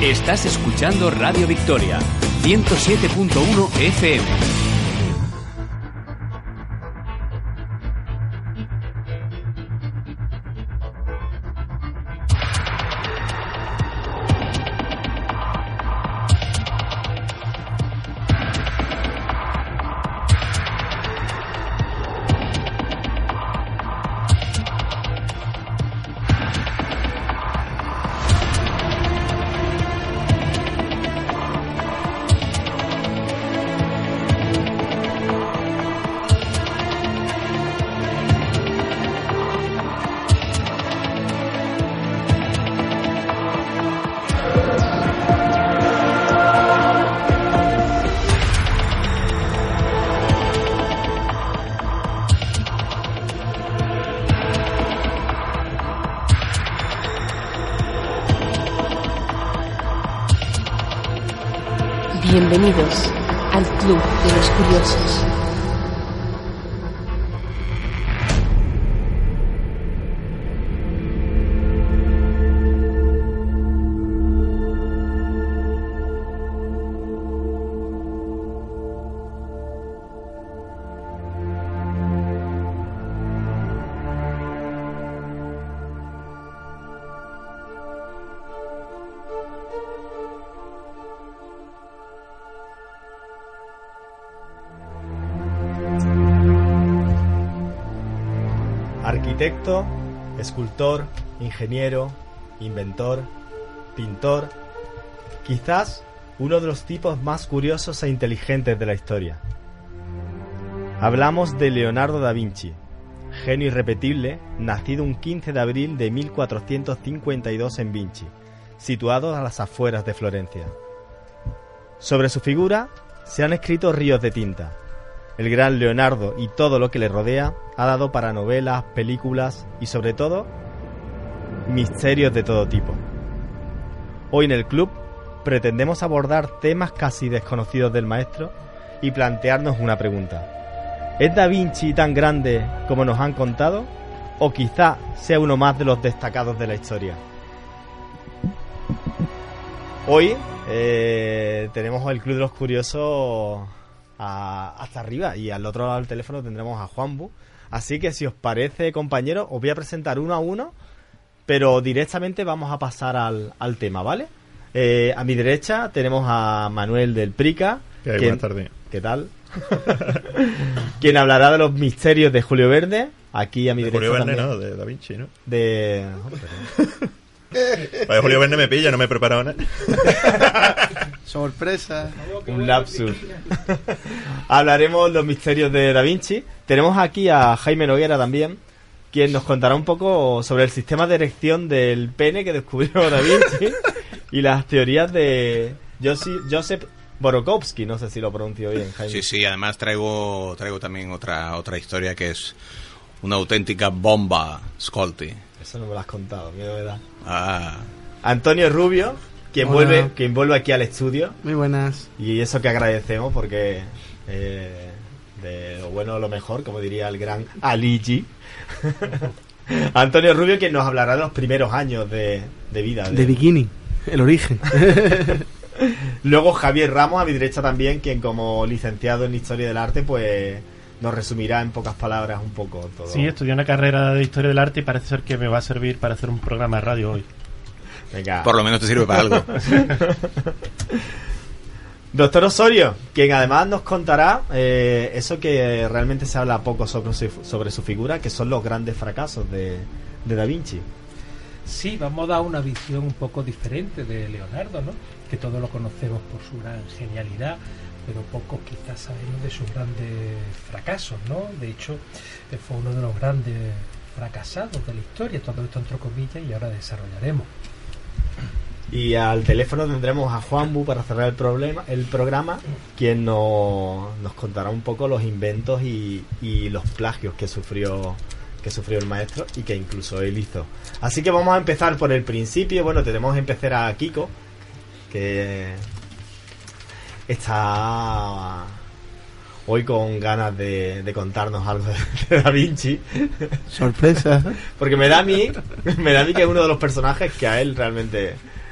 Estás escuchando Radio Victoria, 107.1 FM. Bienvenidos al Club de los Curiosos. Arquitecto, escultor, ingeniero, inventor, pintor, quizás uno de los tipos más curiosos e inteligentes de la historia. Hablamos de Leonardo da Vinci, genio irrepetible, nacido un 15 de abril de 1452 en Vinci, situado a las afueras de Florencia. Sobre su figura se han escrito ríos de tinta. El gran Leonardo y todo lo que le rodea ha dado para novelas, películas y sobre todo misterios de todo tipo. Hoy en el club pretendemos abordar temas casi desconocidos del maestro y plantearnos una pregunta. ¿Es Da Vinci tan grande como nos han contado? ¿O quizá sea uno más de los destacados de la historia? Hoy tenemos el Club de los Curiosos hasta arriba y al otro lado del teléfono tendremos a Juanbu. Así que si os parece, compañeros, os voy a presentar uno a uno, pero directamente vamos a pasar al tema, ¿vale? A mi derecha tenemos a Manuel del Prica. Buenas tardes. ¿Qué tal? Quien hablará de los misterios de Julio Verne. Aquí a mi derecha Julio Verne también. no, de Da Vinci, ¿no? De Julio Verne me pilla, no me he preparado nada. Sorpresa. Un lapsus. Hablaremos los misterios de Da Vinci. Tenemos aquí a Jaime Noguera también, quien nos contará un poco sobre el sistema de erección del pene que descubrió Da Vinci y las teorías de Joseph Borokowski. No sé si lo pronuncio bien, Jaime. Sí, además traigo también otra historia que es una auténtica bomba Scolti. Eso no me lo has contado, miedo me da. Ah. Antonio Rubio, quien vuelve aquí al estudio. Muy buenas. Y eso que agradecemos porque de lo bueno a lo mejor, como diría el gran Aligi. Antonio Rubio, quien nos hablará de los primeros años de vida. De bikini, el origen. Luego Javier Ramos, a mi derecha también, quien como licenciado en Historia del Arte, pues nos resumirá en pocas palabras un poco todo. Sí, estudié una carrera de Historia del Arte y parece ser que me va a servir para hacer un programa de radio hoy. Venga. Por lo menos te sirve para algo. Doctor Osorio, quien además nos contará eso que realmente se habla poco sobre su figura, que son los grandes fracasos de Da Vinci. Sí, vamos a dar una visión un poco diferente de Leonardo, ¿no? Que todos lo conocemos por su gran genialidad, pero pocos quizás sabemos de sus grandes fracasos, ¿no? De hecho, fue uno de los grandes fracasados de la historia, todo esto entre comillas, y ahora desarrollaremos. Y al teléfono tendremos a Juanbu para cerrar el programa, quien nos contará un poco los inventos y los plagios que sufrió el maestro y que incluso él hizo. Así que vamos a empezar por el principio. Bueno, tenemos que empezar a Kiko, que está hoy con ganas de contarnos algo de Da Vinci. Sorpresa. Porque me da a mí que es uno de los personajes que a él realmente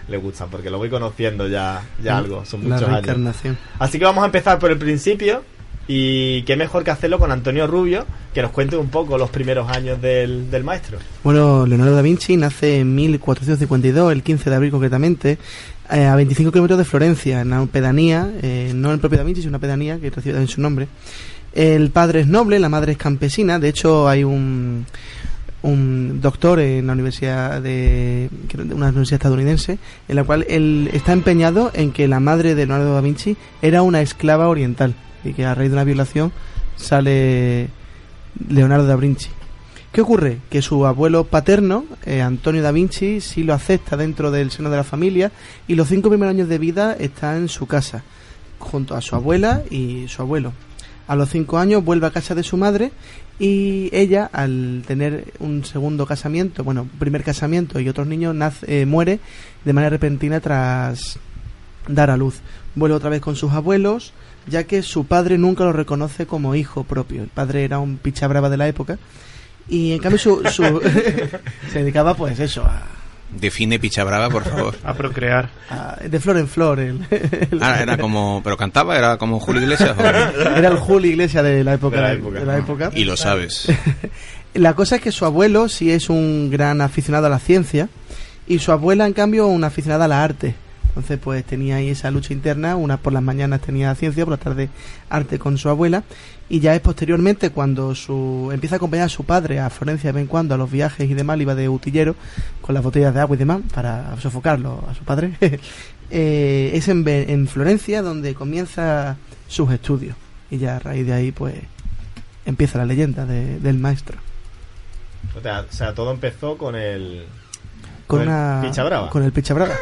le gustan, porque lo voy conociendo ya algo, son La muchos años. reencarnación. Así que vamos a empezar por el principio, y qué mejor que hacerlo con Antonio Rubio, que nos cuente un poco los primeros años del maestro. Bueno, Leonardo da Vinci nace en 1452, el 15 de abril concretamente, a 25 kilómetros de Florencia, en una pedanía, no en el propio da Vinci, sino una pedanía que recibe también su nombre. El padre es noble, la madre es campesina. De hecho, hay un doctor en la universidad una universidad estadounidense, en la cual él está empeñado en que la madre de Leonardo da Vinci era una esclava oriental, y que a raíz de una violación sale Leonardo da Vinci. ¿Qué ocurre? Que su abuelo paterno, Antonio da Vinci, sí lo acepta dentro del seno de la familia, y los 5 primeros años de vida está en su casa, junto a su abuela y su abuelo. A los 5 años vuelve a casa de su madre, y ella, al tener un segundo casamiento, primer casamiento y otros niños, muere de manera repentina tras dar a luz. Vuelve otra vez con sus abuelos, ya que su padre nunca lo reconoce como hijo propio. El padre era un picha brava de la época, y en cambio se dedicaba pues eso a... Define picha brava, por favor. A procrear. De flor en flor. Era como... ¿Pero cantaba? ¿Era como Julio Iglesias? Era el Julio Iglesias de la época. Y lo sabes. La cosa es que su abuelo sí es un gran aficionado a la ciencia, y su abuela, en cambio, una aficionada a la arte. Entonces, pues tenía ahí esa lucha interna. Una por las mañanas tenía ciencia, por las tardes arte con su abuela. Y ya es posteriormente cuando empieza a acompañar a su padre a Florencia de vez en cuando a los viajes y demás, iba de utillero con las botellas de agua y demás para sofocarlo a su padre. Es en Florencia donde comienza sus estudios, y ya a raíz de ahí pues empieza la leyenda del maestro. O sea, todo empezó con el picha brava. Con el picha brava.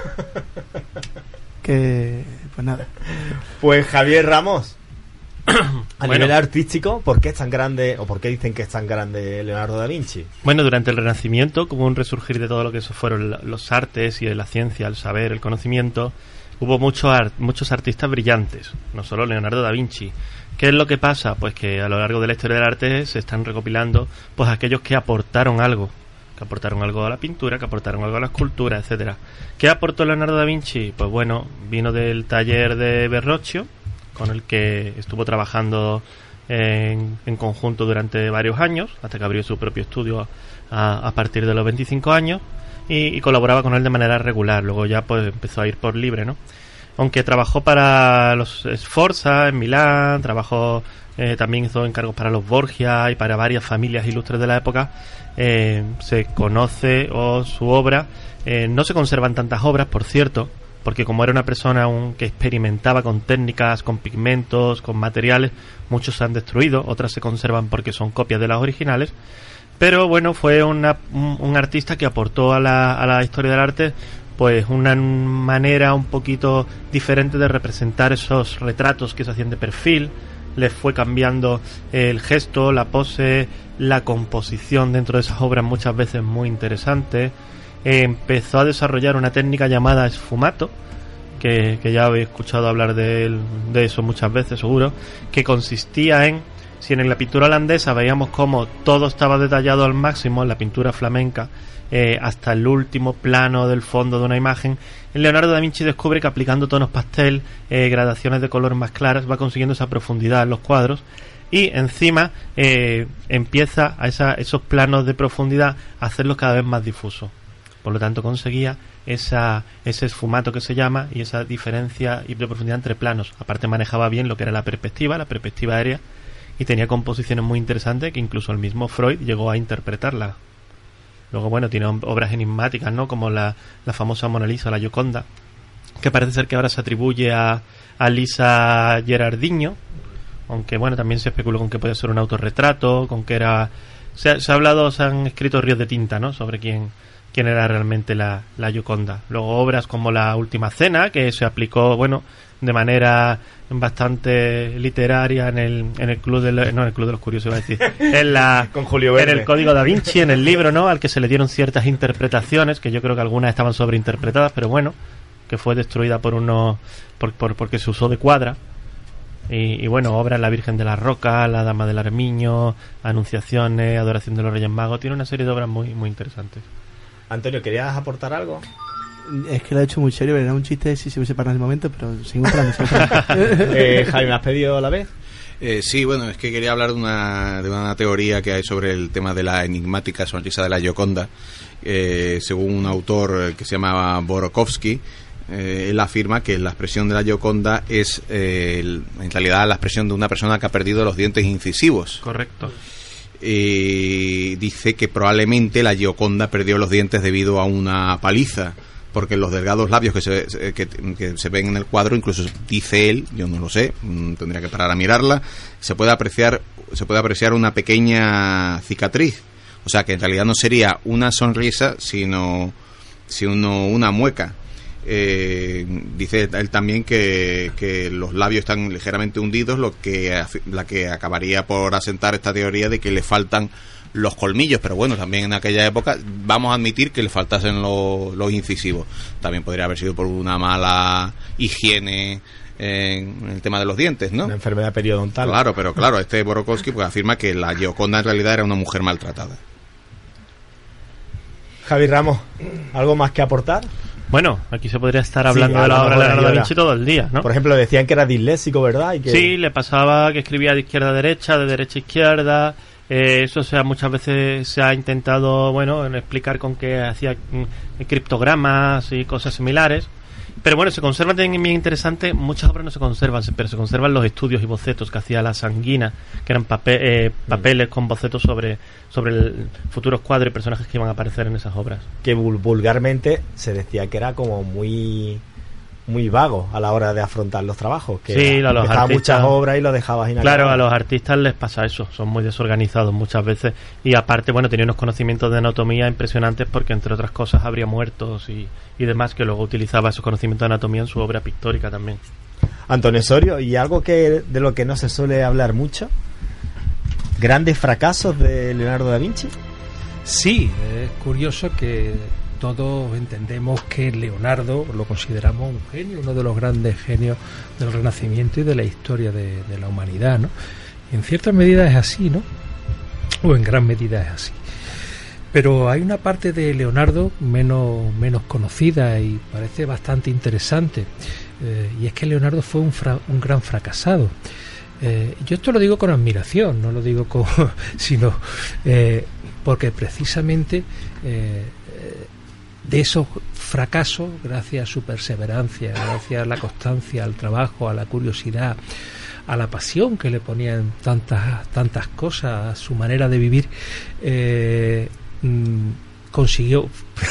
Que pues nada. Pues Javier Ramos, a Bueno. nivel artístico, ¿por qué es tan grande, o por qué dicen que es tan grande Leonardo da Vinci? Bueno, durante el Renacimiento, como un resurgir de todo lo que eso fueron los artes y de la ciencia, el saber, el conocimiento, hubo muchos artistas brillantes, no solo Leonardo da Vinci. ¿Qué es lo que pasa? Pues que a lo largo de la historia del arte se están recopilando pues aquellos que aportaron algo a la pintura, que aportaron algo a la escultura, etcétera. ¿Qué aportó Leonardo da Vinci? Pues bueno, vino del taller de Verrocchio, con el que estuvo trabajando en conjunto durante varios años, hasta que abrió su propio estudio a partir de los 25 años, y colaboraba con él de manera regular. Luego ya pues empezó a ir por libre, ¿no? Aunque trabajó para los Sforza en Milán, también hizo encargos para los Borgia y para varias familias ilustres de la época. Se conoce su obra. No se conservan tantas obras, por cierto, porque como era una persona que experimentaba con técnicas, con pigmentos, con materiales, muchos se han destruido, otras se conservan porque son copias de las originales. Pero bueno, fue un artista que aportó a la historia del arte pues una manera un poquito diferente de representar esos retratos que se hacían de perfil. Les fue cambiando el gesto, la pose, la composición dentro de esas obras, muchas veces muy interesantes. Empezó a desarrollar una técnica llamada sfumato, que ya habéis escuchado hablar de eso muchas veces seguro, que consistía en, si en la pintura holandesa veíamos cómo todo estaba detallado al máximo, en la pintura flamenca, hasta el último plano del fondo de una imagen, Leonardo da Vinci descubre que aplicando tonos pastel, gradaciones de color más claras, va consiguiendo esa profundidad en los cuadros, y encima empieza a esos planos de profundidad a hacerlos cada vez más difusos. Por lo tanto conseguía ese esfumato que se llama, y esa diferencia de profundidad entre planos. Aparte manejaba bien lo que era la perspectiva aérea, y tenía composiciones muy interesantes que incluso el mismo Freud llegó a interpretarla. Luego, bueno, tiene obras enigmáticas, ¿no? Como la famosa Mona Lisa, la Gioconda, que parece ser que ahora se atribuye a Lisa Gerardinho, aunque bueno, también se especuló con que podía ser un autorretrato, con que era... Se han escrito ríos de tinta, ¿no? Sobre quién era realmente la Gioconda. Luego obras como La Última Cena, que se aplicó, bueno, de manera bastante literaria en el club de los curiosos, iba a decir, con Julio Verne, en el Código da Vinci, en el libro, ¿no? Al que se le dieron ciertas interpretaciones, que yo creo que algunas estaban sobreinterpretadas, pero bueno, que fue destruida porque se usó de cuadra. Y bueno, obras La Virgen de la Roca, La Dama del Armiño, Anunciaciones, Adoración de los Reyes Magos. Tiene una serie de obras muy, muy interesantes. Antonio, ¿querías aportar algo? Es que lo he hecho muy serio, era un chiste si se hubiese parado en el momento, pero seguimos hablando. Jaime, ¿me has pedido a la vez? Sí, bueno, es que quería hablar de una teoría que hay sobre el tema de la enigmática sonrisa de la Gioconda. Según un autor que se llama Borokowski, él afirma que la expresión de la Gioconda es en realidad la expresión de una persona que ha perdido los dientes incisivos. Correcto. Dice que probablemente la Gioconda perdió los dientes debido a una paliza, porque los delgados labios que se ven en el cuadro, incluso dice él, yo no lo sé, tendría que parar a mirarla, se puede apreciar una pequeña cicatriz, o sea que en realidad no sería una sonrisa sino una mueca. Dice él también que los labios están ligeramente hundidos, la que acabaría por asentar esta teoría de que le faltan los colmillos, pero bueno, también en aquella época vamos a admitir que le faltasen los incisivos. También podría haber sido por una mala higiene en el tema de los dientes, ¿no? Una enfermedad periodontal. Claro, pero claro, este Borokowski pues afirma que la Gioconda en realidad era una mujer maltratada. Javi Ramos, ¿algo más que aportar? Bueno, aquí se podría estar hablando de la obra de Leonardo da Vinci todo el día, ¿no? Por ejemplo, decían que era disléxico, ¿verdad? Sí, le pasaba que escribía de izquierda a derecha, de derecha a izquierda. Eso muchas veces se ha intentado, bueno, explicar con que hacía criptogramas y cosas similares. Pero bueno, se conservan también bien interesante. Muchas obras no se conservan, pero se conservan los estudios y bocetos que hacía la Sanguina, que eran papeles con bocetos sobre futuros cuadros y personajes que iban a aparecer en esas obras. Que vulgarmente se decía que era como muy vago a la hora de afrontar los trabajos, que sí, a los artistas, muchas obras y lo dejabas inacabadas. Claro, a los artistas les pasa eso, son muy desorganizados muchas veces, y aparte, bueno, tenía unos conocimientos de anatomía impresionantes, porque entre otras cosas habría muertos y demás, que luego utilizaba esos conocimientos de anatomía en su obra pictórica también. Antonio Osorio, y algo de lo que no se suele hablar mucho, grandes fracasos de Leonardo da Vinci. Sí, es curioso que todos entendemos que Leonardo lo consideramos un genio, uno de los grandes genios del Renacimiento y de la historia de la humanidad, ¿no? Y en cierta medida es así, ¿no? O en gran medida es así. Pero hay una parte de Leonardo menos conocida y parece bastante interesante, y es que Leonardo fue un gran fracasado. Yo esto lo digo con admiración, no lo digo sino porque precisamente de esos fracasos, gracias a su perseverancia, gracias a la constancia, al trabajo, a la curiosidad, a la pasión que le ponían tantas cosas, a su manera de vivir, consiguió...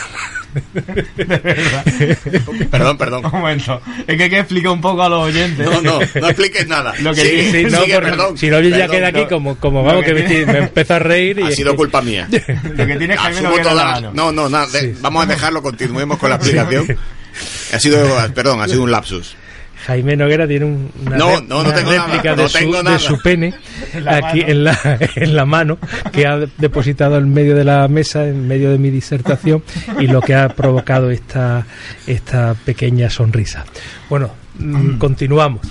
Perdón. Un momento. Es que hay que explicar un poco a los oyentes. No expliques nada. Lo que si no, yo ya queda aquí como vamos, que me empezzo a reír y... Ha sido culpa mía. Lo que tienes Jaime no queda la mano. No, sí. Vamos a dejarlo, continuemos con la explicación. Ha sido un lapsus. Jaime Noguera tiene una réplica de su pene aquí en la mano, que ha depositado en medio de la mesa, en medio de mi disertación, y lo que ha provocado esta pequeña sonrisa. Bueno, continuamos.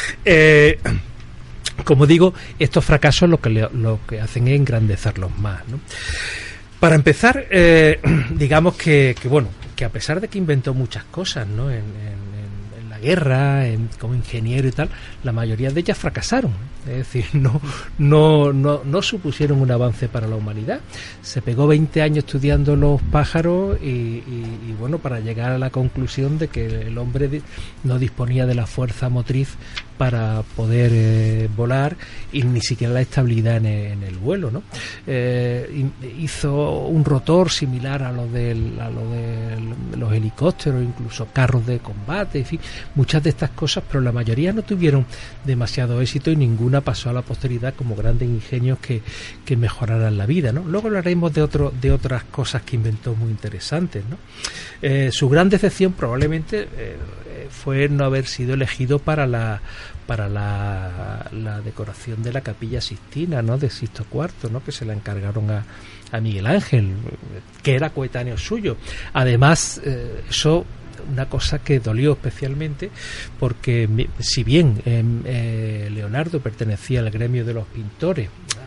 Como digo, estos fracasos lo que hacen es engrandecerlos más, ¿no? Para empezar, digamos que a pesar de que inventó muchas cosas, ¿no? En guerra, como ingeniero y tal, la mayoría de ellas fracasaron. Es decir, no supusieron un avance para la humanidad. Se pegó 20 años estudiando los pájaros y bueno, para llegar a la conclusión de que el hombre no disponía de la fuerza motriz para poder volar, y ni siquiera la estabilidad en el vuelo, ¿no? Hizo un rotor similar a lo de los helicópteros, incluso carros de combate, en fin, muchas de estas cosas, pero la mayoría no tuvieron demasiado éxito y ninguna pasó a la posteridad como grandes ingenios que mejoraran la vida, ¿no? Luego hablaremos de otras cosas que inventó muy interesantes, ¿no? Su gran decepción probablemente fue no haber sido elegido para la decoración de la Capilla Sixtina, ¿no? De Sixto IV, ¿no? Que se la encargaron a Miguel Ángel, que era coetáneo suyo. Además, eso, una cosa que dolió especialmente, porque si bien Leonardo pertenecía al gremio de los pintores,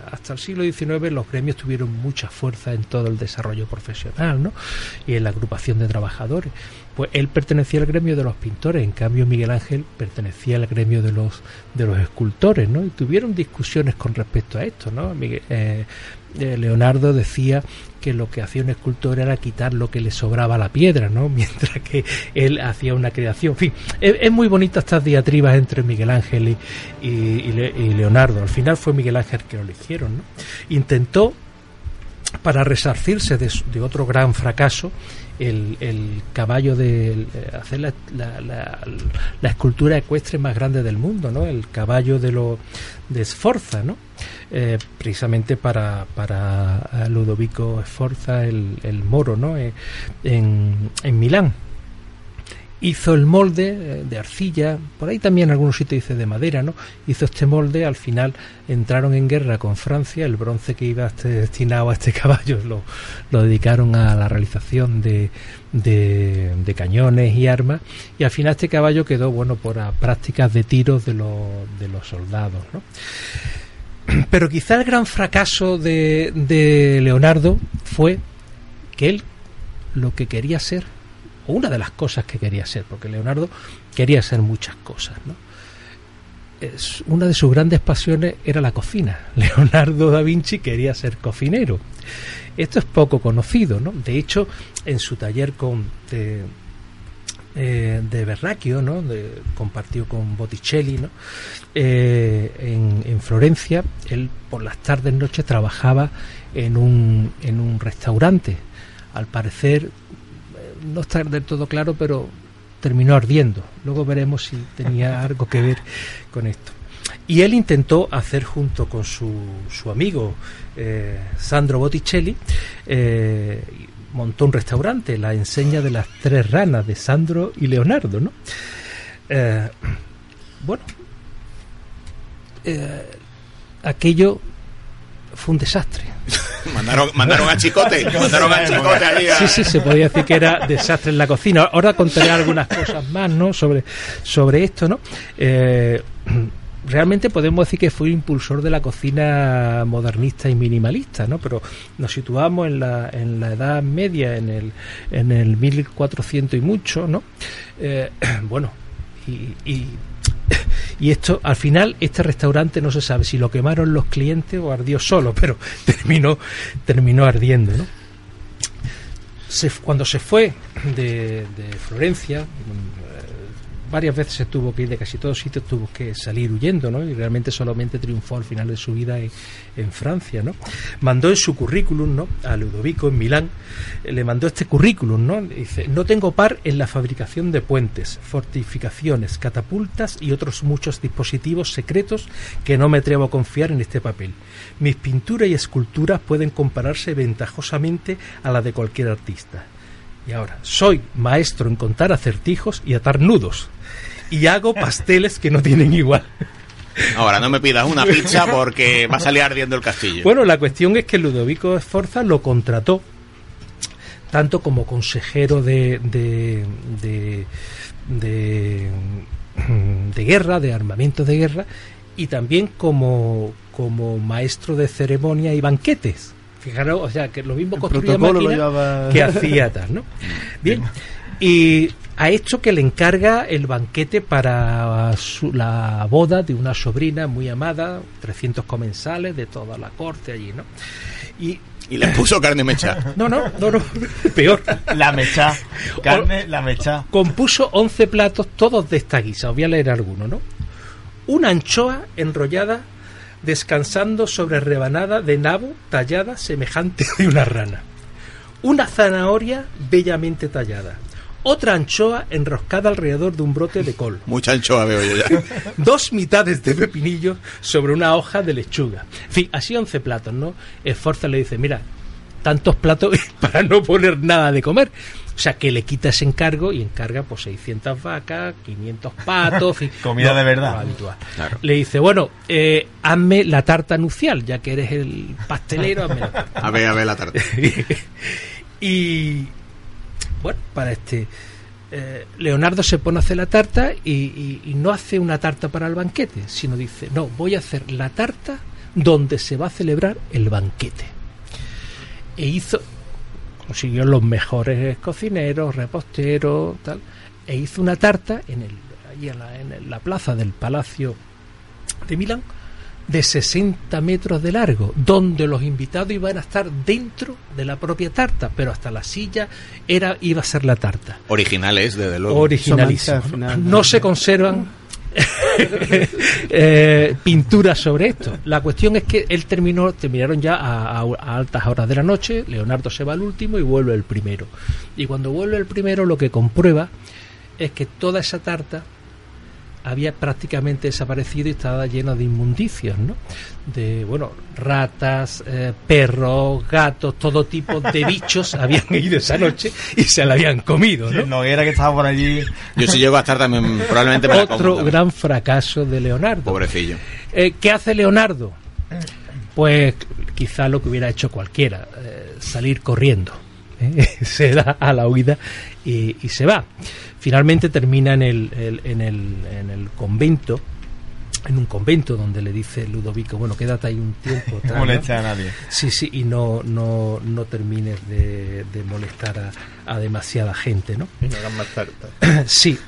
hasta el siglo XIX los gremios tuvieron mucha fuerza en todo el desarrollo profesional, ¿no? Y en la agrupación de trabajadores. Pues él pertenecía al gremio de los pintores, en cambio Miguel Ángel pertenecía al gremio de los escultores, ¿no? Y tuvieron discusiones con respecto a esto, ¿no? Leonardo decía que lo que hacía un escultor era quitar lo que le sobraba a la piedra, ¿no? Mientras que él hacía una creación. En fin, es muy bonita estas diatribas entre Miguel Ángel y Leonardo. Al final fue Miguel Ángel que lo eligieron, ¿no? Intentó, para resarcirse de otro gran fracaso, el caballo hacer la escultura ecuestre más grande del mundo, ¿no? El caballo de Sforza, ¿no? Precisamente para Ludovico Sforza, el moro, ¿no? En Milán. Hizo el molde de arcilla, por ahí también algunos sitios dice de madera, ¿no? Hizo este molde, al final entraron en guerra con Francia, el bronce que iba destinado a este caballo lo dedicaron a la realización de cañones y armas, y al final este caballo quedó, bueno, por prácticas de tiros de los soldados, ¿no? Pero quizá el gran fracaso de Leonardo fue que él lo que quería ser, o una de las cosas que quería ser, porque Leonardo quería ser muchas cosas, ¿no? Una de sus grandes pasiones era la cocina. Leonardo da Vinci quería ser cocinero. Esto es poco conocido, ¿no? De hecho, en su taller de Verrocchio, ¿no? Compartió con Botticelli, ¿no? En Florencia, él por las tardes, noches trabajaba en un restaurante. Al parecer, no está del todo claro, pero terminó ardiendo. Luego veremos si tenía algo que ver con esto. Y él intentó hacer, junto con su amigo Sandro Botticelli, montó un restaurante, la Enseña de las Tres Ranas, de Sandro y Leonardo, ¿no? Aquello fue un desastre. mandaron a Chicote allí a... Sí, se podía decir que era desastre en la cocina. Ahora contaré algunas cosas más, ¿no? sobre esto, ¿no? Realmente podemos decir que fue impulsor de la cocina modernista y minimalista, ¿no? Pero nos situamos en la Edad Media, en el 1400 y mucho, ¿no? Bueno, y esto, al final, este restaurante no se sabe si lo quemaron los clientes o ardió solo, pero terminó ardiendo, ¿no? Cuando se fue de Florencia, varias veces se tuvo que ir, de casi todos sitios tuvo que salir huyendo, ¿no? Y realmente solamente triunfó al final de su vida en Francia, ¿no? Mandó en su currículum, ¿no? A Ludovico en Milán, le mandó este currículum, ¿no? Dice: no tengo par en la fabricación de puentes, fortificaciones, catapultas y otros muchos dispositivos secretos que no me atrevo a confiar en este papel. Mis pinturas y esculturas pueden compararse ventajosamente a la de cualquier artista. Y ahora, soy maestro en contar acertijos y atar nudos. Y hago pasteles que no tienen igual. Ahora, no me pidas una pizza porque va a salir ardiendo el castillo. Bueno, la cuestión es que Ludovico Sforza lo contrató tanto como consejero de guerra, de armamento de guerra, y también como maestro de ceremonia y banquetes. Fijaros, o sea, que lo mismo construía máquina que hacía tal, ¿no? Bien, y ha hecho que le encarga el banquete para la boda de una sobrina muy amada, 300 comensales de toda la corte allí, ¿no? Y le puso carne mechá. No, peor. La mechá, la mechá. Compuso 11 platos, todos de esta guisa. Os voy a leer alguno, ¿no? Una anchoa enrollada descansando sobre rebanada de nabo tallada semejante de una rana. Una zanahoria bellamente tallada. Otra anchoa enroscada alrededor de un brote de col. Mucha anchoa veo yo ya. 2 mitades de pepinillos sobre una hoja de lechuga. En fin, así 11 platos, ¿no? Sforza le dice: mira, tantos platos para no poner nada de comer. O sea, que le quita ese encargo y encarga pues 600 vacas, 500 patos. Comida de verdad. Habitual. Claro. Le dice: bueno, hazme la tarta nupcial, ya que eres el pastelero, hazme la tarta. A ver la tarta. Y bueno, para Leonardo se pone a hacer la tarta y no hace una tarta para el banquete, sino dice: no, voy a hacer la tarta donde se va a celebrar el banquete. Consiguió los mejores cocineros, reposteros, tal, e hizo una tarta ahí en la plaza del Palacio de Milán, de 60 metros de largo, donde los invitados iban a estar dentro de la propia tarta, pero hasta la silla iba a ser la tarta. Originales, desde luego. Originalísimo. No se conservan pinturas sobre esto. La cuestión es que terminaron ya a altas horas de la noche. Leonardo se va al último y vuelve el primero. Y cuando vuelve el primero, lo que comprueba es que toda esa tarta había prácticamente desaparecido y estaba lleno de inmundicias, ¿no? De, ratas, perros, gatos, todo tipo de bichos habían ido esa noche y se la habían comido, ¿no? Sí, Noguera, que estaba por allí. Yo si llego a estar también, probablemente me la como Otro también. gran fracaso de Leonardo. Pobrecillo. ¿Qué hace Leonardo? Pues quizá lo que hubiera hecho cualquiera, salir corriendo. Se da a la huida y se va. Finalmente termina en el convento, en un convento donde le dice Ludovico, quédate ahí un tiempo. No moleste a nadie. Sí, y no termines de molestar a demasiada gente, ¿no? Y no hagan más tarta. Sí,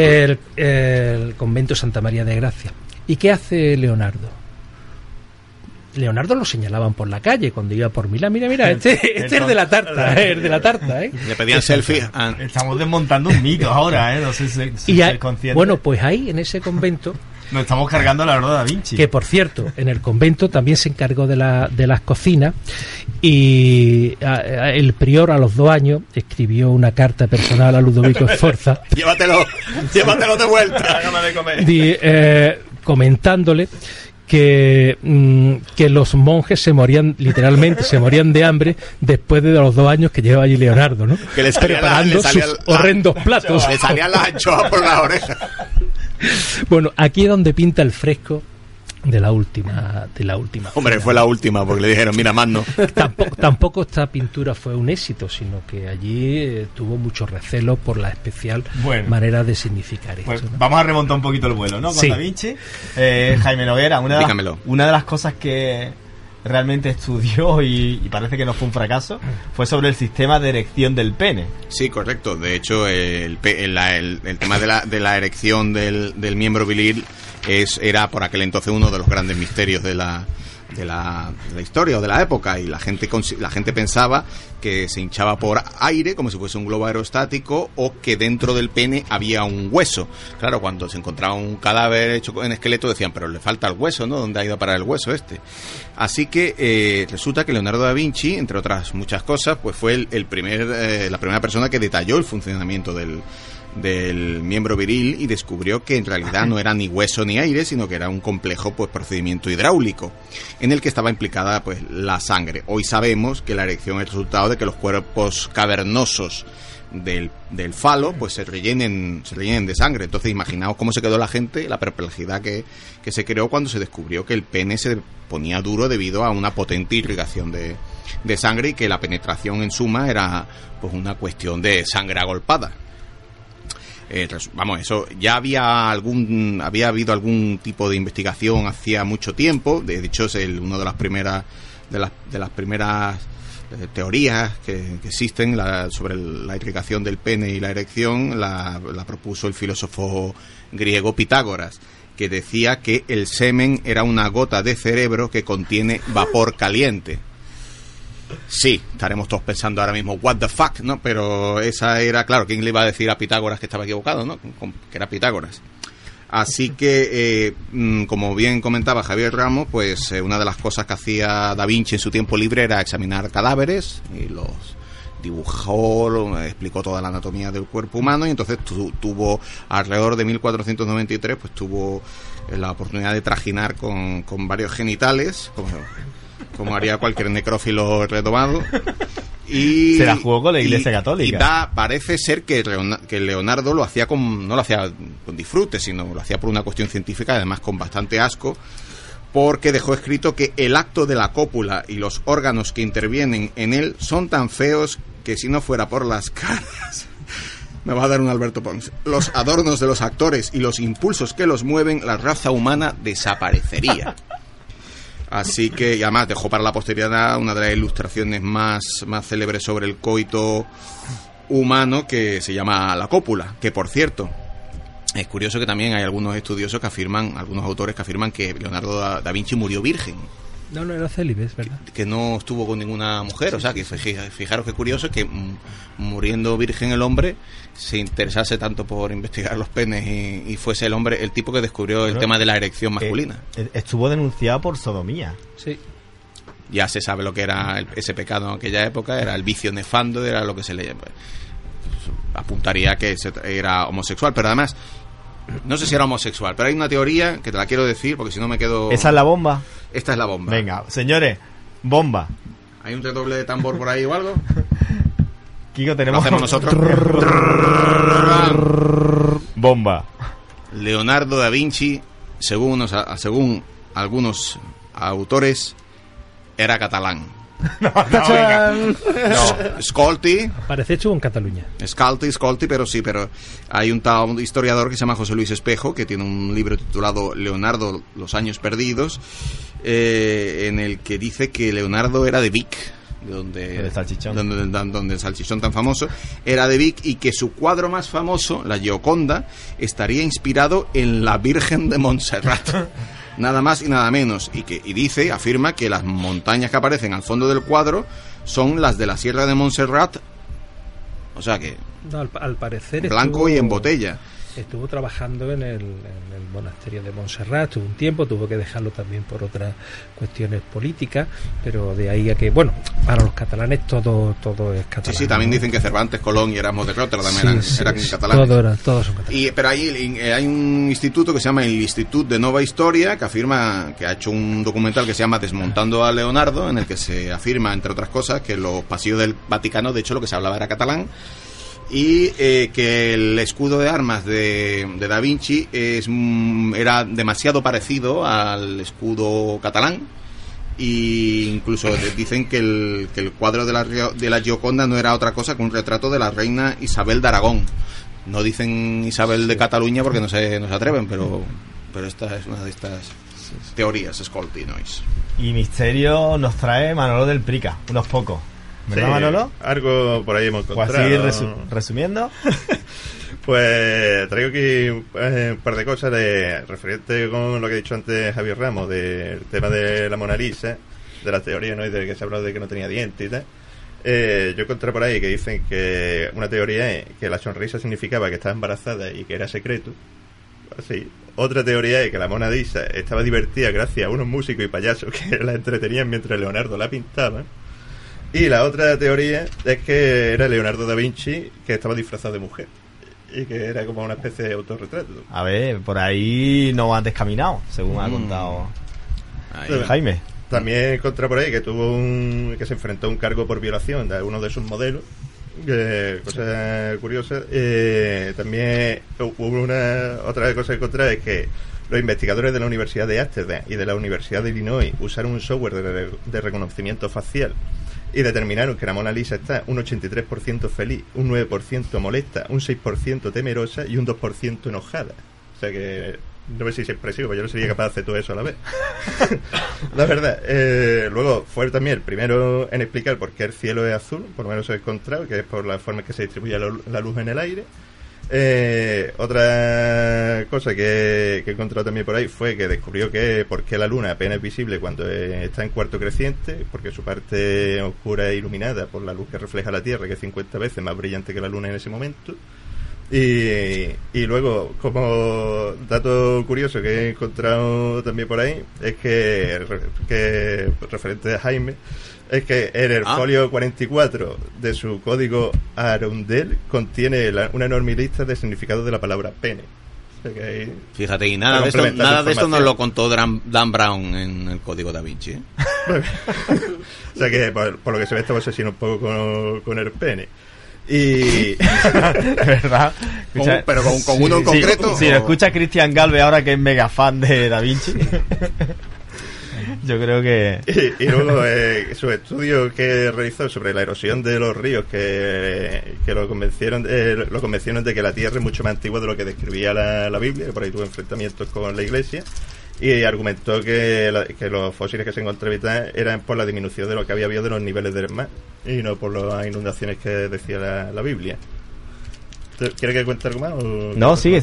el convento Santa María de Gracia. ¿Y qué hace Leonardo? Leonardo lo señalaban por la calle cuando iba por Milán. Mira, este es de la tarta, es de la tarta, ¿eh? Le pedían selfies. Estamos desmontando un mito ahora, ¿eh? No sé si y sois conscientes. bueno, pues ahí, en ese convento... Nos estamos cargando a Leonardo da Vinci. Que, por cierto, en el convento también se encargó de las cocinas y el prior a los 2 años escribió una carta personal a Ludovico Sforza. Llévatelo de vuelta. Hágame de comer. Comentándole que los monjes se morían de hambre después de los 2 años que llevaba allí Leonardo, ¿no? Que le salía preparando sus horrendos platos. Le salían las anchoas por las orejas. Bueno, aquí es donde pinta el fresco de la última. Hombre, cena. fue la última, porque le dijeron, mira, más no. Tampoco esta pintura fue un éxito, sino que allí tuvo muchos recelos por la especial manera de significar pues esto, ¿no? Vamos a remontar un poquito el vuelo, ¿no? Con Sí. Da Vinci. Jaime Noguera, una de las cosas que realmente estudió y parece que no fue un fracaso fue sobre el sistema de erección del pene. Sí, correcto. De hecho, el tema de la erección del miembro viril era por aquel entonces uno de los grandes misterios de la historia o de la época, y la gente pensaba que se hinchaba por aire como si fuese un globo aerostático, o que dentro del pene había un hueso. Claro, cuando se encontraba un cadáver hecho en esqueleto decían, pero le falta el hueso, ¿no? ¿Dónde ha ido a parar el hueso este? Así que resulta que Leonardo da Vinci, entre otras muchas cosas, pues fue la primera persona que detalló el funcionamiento del miembro viril y descubrió que en realidad no era ni hueso ni aire, sino que era un complejo procedimiento hidráulico en el que estaba implicada la sangre. Hoy sabemos que la erección es el resultado de que los cuerpos cavernosos del falo se rellenen de sangre. Entonces imaginaos cómo se quedó la gente, la perplejidad que se creó cuando se descubrió que el pene se ponía duro debido a una potente irrigación de sangre, y que la penetración en suma era una cuestión de sangre agolpada. Eso ya había habido algún tipo de investigación hacía mucho tiempo. De hecho, es una de las primeras teorías que existen sobre la irrigación del pene y la erección. La propuso el filósofo griego Pitágoras, que decía que el semen era una gota de cerebro que contiene vapor caliente. Sí, estaremos todos pensando ahora mismo, what the fuck, ¿no? Pero esa era, claro, ¿quién le iba a decir a Pitágoras que estaba equivocado, ¿no? Que era Pitágoras. Así que, como bien comentaba Javier Ramos, una de las cosas que hacía Da Vinci en su tiempo libre era examinar cadáveres, y los dibujó, explicó toda la anatomía del cuerpo humano, y entonces tuvo, alrededor de 1493, tuvo la oportunidad de trajinar con varios genitales, como haría cualquier necrófilo redomado. Y se la jugó con la Iglesia Católica. Parece ser que Leonardo lo hacía no lo hacía con disfrute, sino lo hacía por una cuestión científica, además con bastante asco, porque dejó escrito que el acto de la cópula y los órganos que intervienen en él son tan feos que si no fuera por las caras, me va a dar un Alberto Pons, los adornos de los actores y los impulsos que los mueven, la raza humana desaparecería. Así que, y además dejó para la posteridad una de las ilustraciones más célebres sobre el coito humano, que se llama La Cópula, que por cierto, es curioso que también hay algunos estudiosos que afirman, algunos autores que afirman que Leonardo da Vinci murió virgen. No era célibe, es verdad. Que no estuvo con ninguna mujer, o sea, que fijaros qué curioso que muriendo virgen el hombre se interesase tanto por investigar los penes y fuese el hombre el tipo que descubrió el tema de la erección masculina. Estuvo denunciado por sodomía. Sí. Ya se sabe lo que era ese pecado en aquella época, era el vicio nefando, era lo que se le apuntaría que era homosexual, pero además no sé si era homosexual, pero hay una teoría que te la quiero decir porque si no me quedo... ¿Esa es la bomba? Esta es la bomba. Venga, señores, bomba. ¿Hay un redoble de tambor por ahí o algo? Kiko, tenemos... ¿Lo hacemos nosotros? Bomba. Leonardo da Vinci, según algunos autores, era catalán. No, Scolti. Parece hecho en Cataluña. Scolti, pero hay un tal historiador que se llama José Luis Espejo, que tiene un libro titulado Leonardo, los años perdidos, en el que dice que Leonardo era de Vic, donde el salchichón tan famoso era de Vic, y que su cuadro más famoso, la Gioconda, estaría inspirado en la Virgen de Montserrat. Nada más y nada menos, y afirma que las montañas que aparecen al fondo del cuadro son las de la Sierra de Montserrat, o sea que al parecer blanco y en botella. Estuvo trabajando en el monasterio de Montserrat, tuvo un tiempo, tuvo que dejarlo también por otras cuestiones políticas, pero de ahí a que, bueno, para los catalanes todo es catalán. Sí, también dicen que Cervantes, Colón y Erasmo de Róterdam eran catalanes. Todos son catalanes. Pero ahí hay un instituto que se llama el Institut de Nova Historia, que afirma, que ha hecho un documental que se llama Desmontando a Leonardo, en el que se afirma, entre otras cosas, que los pasillos del Vaticano, de hecho, lo que se hablaba era catalán, y que el escudo de armas de Da Vinci era demasiado parecido al escudo catalán, e incluso dicen que el cuadro de la Gioconda no era otra cosa que un retrato de la reina Isabel de Aragón. No dicen Isabel de Cataluña porque no se atreven, pero esta es una de estas teorías Scoltinois. Y misterio nos trae Manolo del Prica, unos pocos. ¿Verdad, Manolo? Algo por ahí hemos encontrado. Pues así, resumiendo. Pues traigo aquí un par de cosas referente con lo que ha dicho antes Javier Ramos, del tema de la Mona Lisa, de la teoría, ¿no? Y de que se ha hablado de que no tenía dientes y tal. Yo encontré por ahí que dicen que una teoría es que la sonrisa significaba que estaba embarazada y que era secreto. Así. Otra teoría es que la Mona Lisa estaba divertida gracias a unos músicos y payasos que la entretenían mientras Leonardo la pintaba. Y la otra teoría es que era Leonardo da Vinci que estaba disfrazado de mujer y que era como una especie de autorretrato. A ver, por ahí no han descaminado, según ha contado Jaime. También encontré por ahí que que se enfrentó a un cargo por violación de uno de sus modelos. Cosa curiosa. También hubo otra cosa que encontré, es que los investigadores de la Universidad de Ámsterdam y de la Universidad de Illinois usaron un software de reconocimiento facial y determinaron que la Mona Lisa está un 83% feliz, un 9% molesta, un 6% temerosa y un 2% enojada. O sea que no sé si es expresivo, pero yo no sería capaz de hacer todo eso a la vez. La verdad. Luego fue también el primero en explicar por qué el cielo es azul, por lo menos he encontrado, que es por la forma en que se distribuye la luz en el aire. Otra cosa que he encontrado también por ahí fue que descubrió por qué la luna apenas es visible cuando está en cuarto creciente, porque su parte oscura es iluminada por la luz que refleja la Tierra, que es 50 veces más brillante que la luna en ese momento. Y luego, como dato curioso que he encontrado también por ahí, es que referente a Jaime, es que en el folio 44 de su código Arundel contiene una enorme lista de significados de la palabra pene. O sea que fíjate, y nada de esto nos lo contó Dan Brown en el código Da Vinci, ¿eh? O sea que por lo que se ve estaba obsesionado un poco con el pene. Y ¿verdad? Pero con uno en concreto. Si lo escucha Cristian Galvez ahora, que es mega fan de Da Vinci. Yo creo que... Y luego su estudio que realizó sobre la erosión de los ríos, que lo convencieron de que la Tierra es mucho más antigua de lo que describía la Biblia, que por ahí tuvo enfrentamientos con la Iglesia, y argumentó que los fósiles que se encontraban eran por la disminución de lo que había habido de los niveles del mar y no por las inundaciones que decía la Biblia. ¿Quieres que cuente algo más? No, sigue.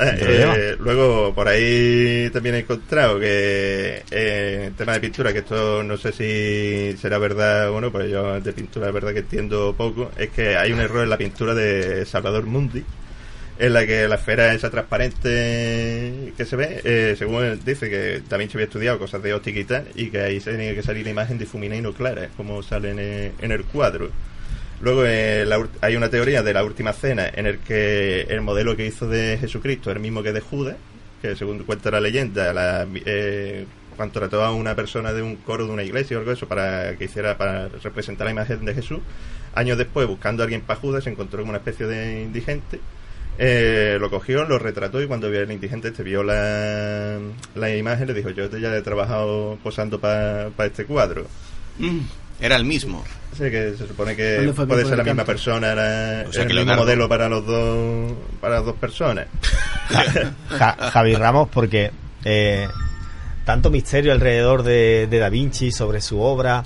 Luego, por ahí también he encontrado que en tema de pintura, que esto no sé si será verdad o no, pero yo de pintura la verdad que entiendo poco, es que hay un error en la pintura de Salvador Mundi, en la que la esfera esa transparente que se ve, según él dice que Da Vinci había estudiado cosas de óptica y tal, y que ahí se tenía que salir la imagen difuminada y no clara, como sale en el cuadro. Luego hay una teoría de la última cena en el que el modelo que hizo de Jesucristo es el mismo que de Judas, que según cuenta la leyenda, cuando trató a una persona de un coro de una iglesia o algo de eso para representar la imagen de Jesús, años después, buscando a alguien para Judas, se encontró con una especie de indigente, lo cogió, lo retrató, y cuando vio el indigente vio la imagen, le dijo: yo ya he trabajado posando para este cuadro. Era el mismo. Sí, que se supone que puede ser la misma persona, o sea, el mismo modelo para las dos personas. Javi Ramos, porque tanto misterio alrededor de Da Vinci, sobre su obra.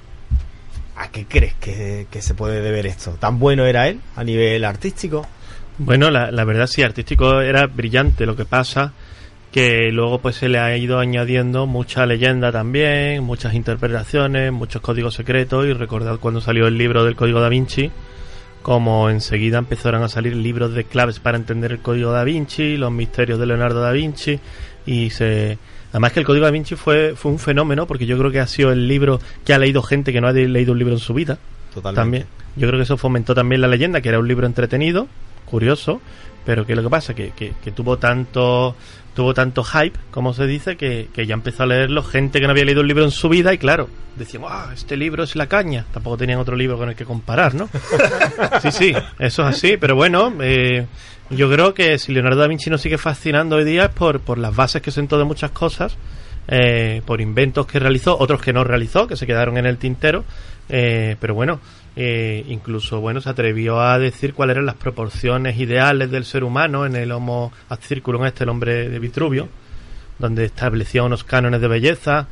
¿A qué crees que se puede deber esto? ¿Tan bueno era él a nivel artístico? Bueno, la verdad sí, artístico era brillante. Lo que pasa que luego pues se le ha ido añadiendo mucha leyenda también, muchas interpretaciones, muchos códigos secretos. Y recordad cuando salió el libro del Código Da Vinci, como enseguida empezaron a salir libros de claves para entender el Código Da Vinci, los misterios de Leonardo da Vinci, y además que el Código Da Vinci fue un fenómeno, porque yo creo que ha sido el libro que ha leído gente que no ha leído un libro en su vida. Totalmente. También yo creo que eso fomentó también la leyenda, que era un libro entretenido, curioso, pero que lo que pasa que tuvo tanto hype, como se dice, que ya empezó a leerlo gente que no había leído un libro en su vida, y claro, decían: este libro es la caña. Tampoco tenían otro libro con el que comparar, ¿no? Sí, eso es así, pero bueno, yo creo que si Leonardo da Vinci nos sigue fascinando hoy día es por las bases que sentó de muchas cosas, por inventos que realizó, otros que no realizó, que se quedaron en el tintero, pero bueno, incluso se atrevió a decir cuáles eran las proporciones ideales del ser humano en el Homo ad circulum, el hombre de Vitruvio, donde establecía unos cánones de belleza.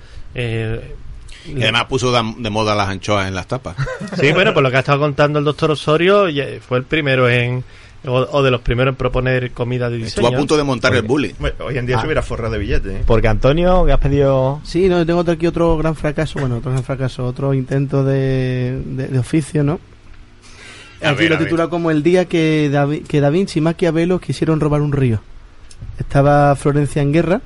Y además puso de moda las anchoas en las tapas. Sí, bueno, por lo que ha estado contando el doctor Osorio, fue el primero o de los primeros en proponer comida de diseño. Estuvo a punto de montar el bully. Hoy en día se hubiera forrado de billetes, ¿eh? Porque Antonio, que has pedido... Sí, no, tengo aquí otro gran fracaso, otro intento de oficio, ¿no? Aquí lo titula como el día que Da Vinci y Maquiavelo quisieron robar un río. Estaba Florencia en guerra,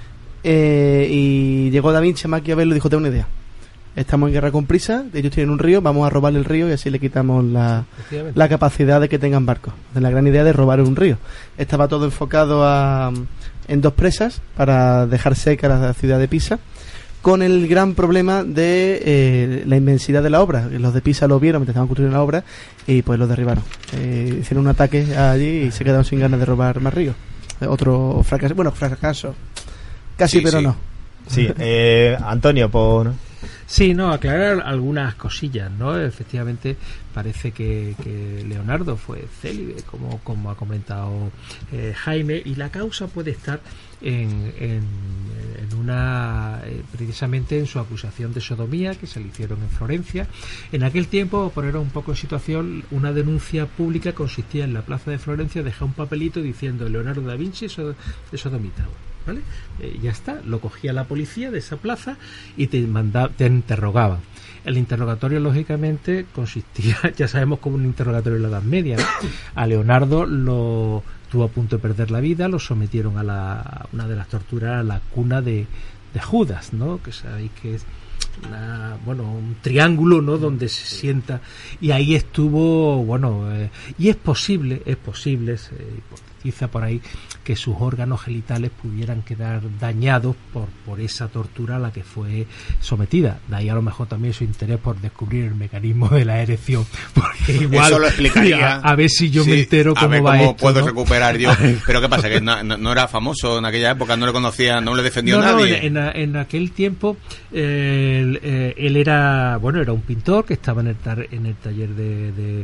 y llegó Da Vinci a Maquiavelo y dijo: tengo una idea. Estamos en guerra con prisa, ellos tienen un río, vamos a robarle el río y así le quitamos la capacidad de que tengan barcos. La gran idea de robar un río. Estaba todo enfocado en dos presas para dejar seca la ciudad de Pisa, con el gran problema de la inmensidad de la obra. Los de Pisa lo vieron mientras estaban construyendo la obra y pues lo derribaron. Hicieron un ataque allí y se quedaron sin ganas de robar más ríos. Otro fracaso. Bueno, fracaso. Casi, pero no. Sí, Antonio, por... Sí, no, aclarar algunas cosillas, ¿no? Efectivamente, parece que Leonardo fue célibe, como ha comentado Jaime, y la causa puede estar en una precisamente en su acusación de sodomía que se le hicieron en Florencia. En aquel tiempo, por poner un poco en situación, una denuncia pública consistía en la plaza de Florencia dejar un papelito diciendo: Leonardo da Vinci es sodomitado, ¿vale? Ya está, lo cogía la policía de esa plaza y te interrogaban. El interrogatorio, lógicamente, consistía, ya sabemos, como un interrogatorio en la Edad Media, ¿no? A Leonardo lo estuvo a punto de perder la vida, lo sometieron a una de las torturas, a la cuna de Judas, ¿no? Que sabéis que es un triángulo, ¿no? Donde se sienta, y ahí estuvo, y es posible, se hipotetiza por ahí que sus órganos genitales pudieran quedar dañados por esa tortura a la que fue sometida. De ahí a lo mejor también su interés por descubrir el mecanismo de la erección, porque igual eso lo explicaría. A ver si yo me entero cómo va esto, puedo, ¿no? recuperar yo. Pero qué pasa, que no era famoso en aquella época, no le conía, no le defendió nadie. En aquel tiempo él era un pintor que estaba en el taller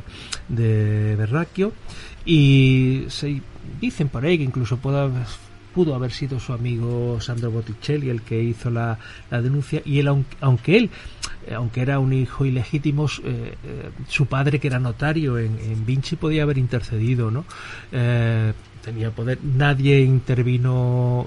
de Verrocchio, y se dicen por ahí que incluso puede pudo haber sido su amigo Sandro Botticelli el que hizo la denuncia, y él, aunque era un hijo ilegítimo, su padre, que era notario en Vinci, podía haber intercedido, ¿no? Tenía poder, nadie intervino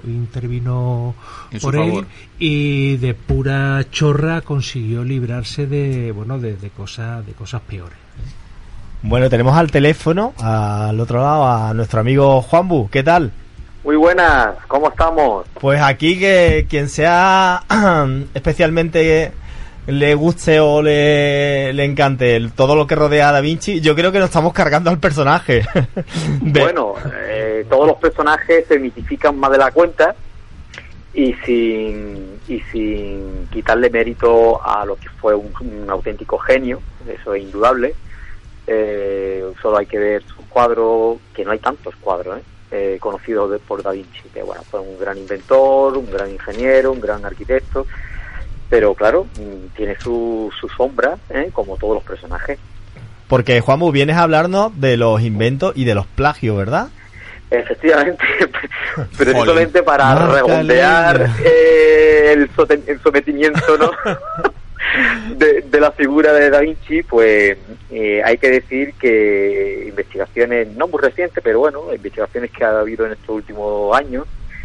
por él, y de pura chorra consiguió librarse de cosas peores. Bueno, tenemos al teléfono, al otro lado, a nuestro amigo Juanbu. ¿Qué tal? Muy buenas, ¿cómo estamos? Pues aquí, que quien sea especialmente le guste o le encante todo lo que rodea a Da Vinci, yo creo que nos estamos cargando al personaje. Bueno, todos los personajes se mitifican más de la cuenta, y sin quitarle mérito a lo que fue un auténtico genio, eso es indudable. Solo hay que ver sus cuadros, que no hay tantos cuadros conocidos por Da Vinci, que bueno, fue un gran inventor, un gran ingeniero, un gran arquitecto, pero claro, tiene su sombra, como todos los personajes. Porque, Juanmu, vienes a hablarnos de los inventos y de los plagios, ¿verdad? Efectivamente, precisamente para redondear el sometimiento, ¿no? de la figura de Da Vinci, pues hay que decir que investigaciones no muy recientes, pero bueno, investigaciones que ha habido en estos últimos años,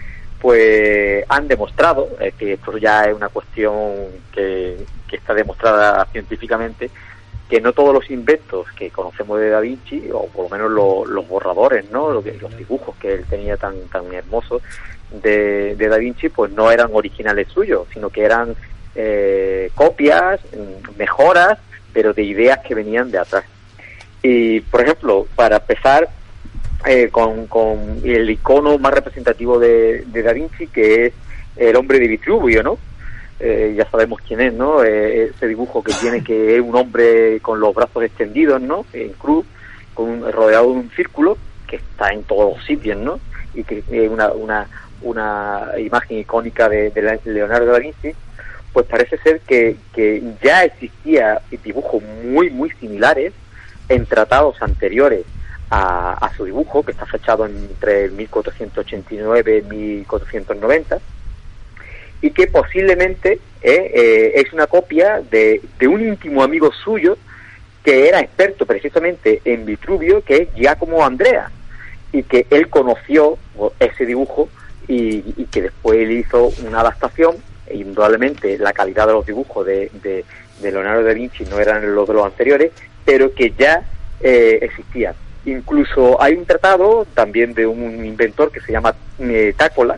pues han demostrado que esto ya es una cuestión que está demostrada científicamente, que no todos los inventos que conocemos de Da Vinci, o por lo menos los borradores, ¿no? Los dibujos que él tenía tan hermosos de Da Vinci, pues no eran originales suyos, sino que eran copias, mejoras, pero de ideas que venían de atrás. Y, por ejemplo, para empezar con el icono más representativo de Da Vinci, que es el hombre de Vitruvio, ¿no? Ya sabemos quién es, ¿no? Ese dibujo que tiene, que es un hombre con los brazos extendidos, ¿no? En cruz, rodeado de un círculo, que está en todos los sitios, ¿no? Y que es una imagen icónica de Leonardo da Vinci. Pues parece ser que ya existía dibujos muy muy similares en tratados anteriores a su dibujo, que está fechado entre el 1489 y 1490, y que posiblemente es una copia de un íntimo amigo suyo que era experto precisamente en Vitruvio, que es Giacomo Andrea, y que él conoció ese dibujo y que después él hizo una adaptación. Indudablemente la calidad de los dibujos de Leonardo da Vinci no eran los de los anteriores, pero que ya existían. Incluso hay un tratado también de un inventor que se llama Tácola,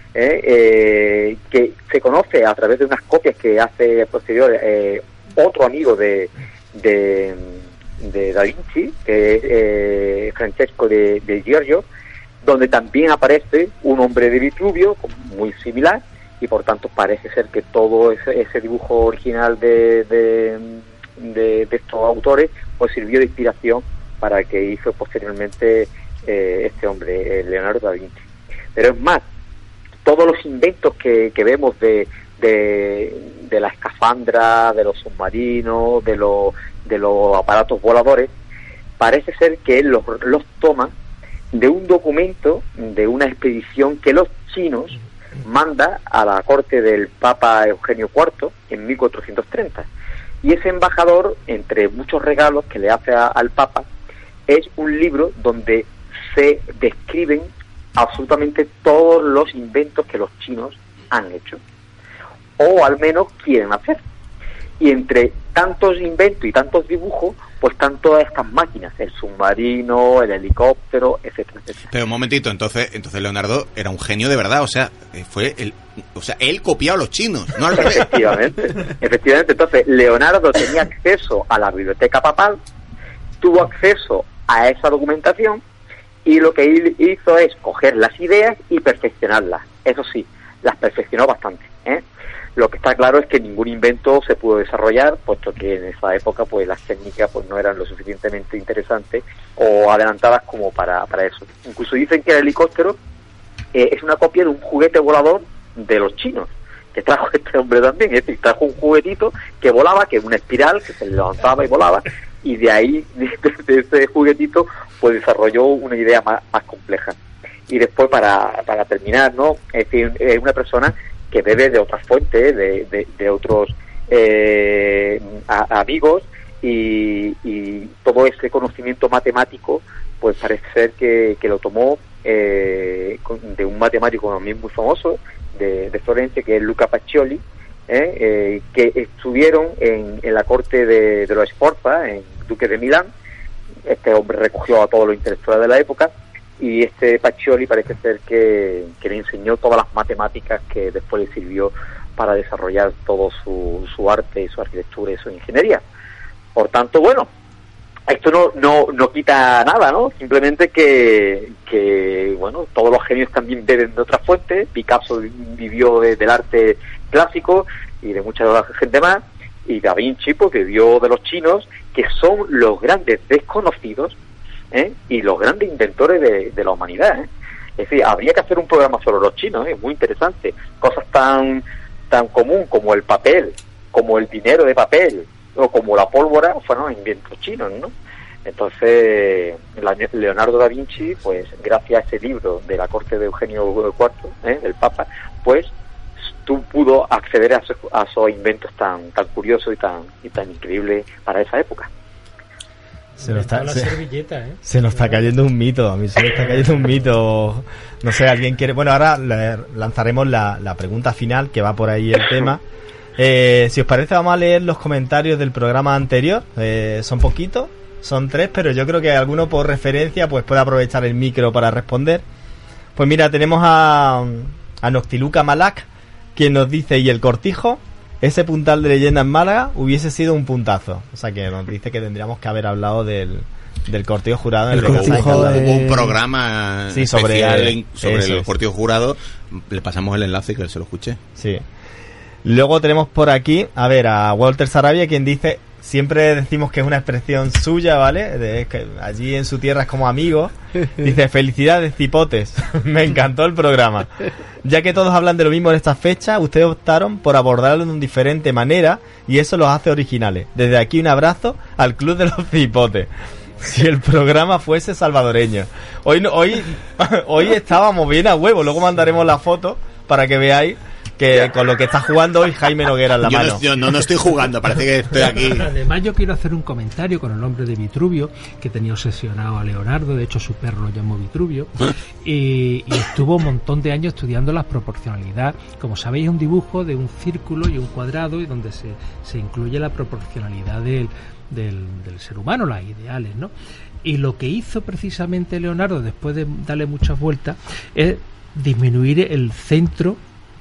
que se conoce a través de unas copias que hace posterior otro amigo de Da Vinci, que es Francesco de Giorgio, donde también aparece un hombre de Vitruvio muy similar, y por tanto parece ser que todo ese dibujo original de estos autores pues sirvió de inspiración para que hizo posteriormente este hombre, Leonardo da Vinci. Pero es más, todos los inventos que vemos de la escafandra, de los submarinos, de los aparatos voladores, parece ser que él los toma de un documento de una expedición que los chinos manda a la corte del Papa Eugenio IV en 1430. Y ese embajador, entre muchos regalos que le hace al Papa, es un libro donde se describen absolutamente todos los inventos que los chinos han hecho, o al menos quieren hacer. Y entre tantos inventos y tantos dibujos, pues están todas estas máquinas, el submarino, el helicóptero, etcétera, etcétera. Pero un momentito, entonces Leonardo era un genio de verdad, o sea, él copiaba a los chinos, no al revés. Efectivamente, entonces Leonardo tenía acceso a la biblioteca papal, tuvo acceso a esa documentación, y lo que él hizo es coger las ideas y perfeccionarlas. Eso sí, las perfeccionó bastante, Lo que está claro es que ningún invento se pudo desarrollar, puesto que en esa época pues las técnicas pues no eran lo suficientemente interesantes o adelantadas como para eso. Incluso dicen que el helicóptero es una copia de un juguete volador de los chinos, que trajo este hombre también. Es decir, trajo un juguetito que volaba, que es una espiral que se levantaba y volaba, y de ahí, de ese juguetito, pues desarrolló una idea más compleja. Y después, para terminar, ¿no? Es decir, es una persona que bebe de otras fuentes, de otros amigos, y todo ese conocimiento matemático, pues parece ser que lo tomó de un matemático también muy famoso de Florencia, que es Luca Pacioli, que estuvieron en la corte de los Sforza, en Duque de Milán. Este hombre recogió a todos los intelectuales de la época, y este Pacioli parece ser que le enseñó todas las matemáticas que después le sirvió para desarrollar todo su arte, su arquitectura y su ingeniería. Por tanto, bueno, esto no quita nada, ¿no? Simplemente que bueno, todos los genios también beben de otras fuentes. Picasso vivió del arte clásico y de mucha gente más, y Da Vinci pues vivió de los chinos, que son los grandes desconocidos, y los grandes inventores de la humanidad, Es decir, habría que hacer un programa sobre los chinos, muy interesante. Cosas tan común como el papel, como el dinero de papel, o como la pólvora, fueron inventos chinos, ¿no? Entonces, Leonardo da Vinci, pues gracias a ese libro de la corte de Eugenio IV, del Papa, pues pudo acceder a esos inventos tan curiosos y tan increíbles para esa época. Se nos está cayendo un mito. A mí se me está cayendo un mito. No sé, alguien quiere... Bueno, ahora lanzaremos la pregunta final, que va por ahí el tema. Si os parece, vamos a leer los comentarios del programa anterior. Son poquitos, son 3, pero yo creo que alguno por referencia pues puede aprovechar el micro para responder. Pues mira, tenemos a Noctiluca Malak, quien nos dice: y el Cortijo, ese puntal de leyenda en Málaga hubiese sido un puntazo. O sea, que nos dice que tendríamos que haber hablado del Cortijo Jurado. Hubo un programa especial sobre el Cortijo Jurado. Le pasamos el enlace, que se lo escuché. Sí. Luego tenemos por aquí, a Walter Sarabia, quien dice: siempre decimos que es una expresión suya, ¿vale? Que allí en su tierra es como amigo. Dice: felicidades, cipotes. Me encantó el programa. Ya que todos hablan de lo mismo en estas fechas, ustedes optaron por abordarlo de una diferente manera, y eso los hace originales. Desde aquí un abrazo al Club de los Cipotes. Si el programa fuese salvadoreño. Hoy estábamos bien a huevo. Luego mandaremos la foto para que veáis que con lo que está jugando hoy Jaime Noguera en la mano. Yo no estoy jugando, parece que estoy aquí. Además, yo quiero hacer un comentario con el nombre de Vitruvio, que tenía obsesionado a Leonardo. De hecho, su perro lo llamó Vitruvio, y estuvo un montón de años estudiando la proporcionalidad. Como sabéis, es un dibujo de un círculo y un cuadrado, y donde se incluye la proporcionalidad del ser humano, las ideales, ¿no? Y lo que hizo precisamente Leonardo, después de darle muchas vueltas, es disminuir el centro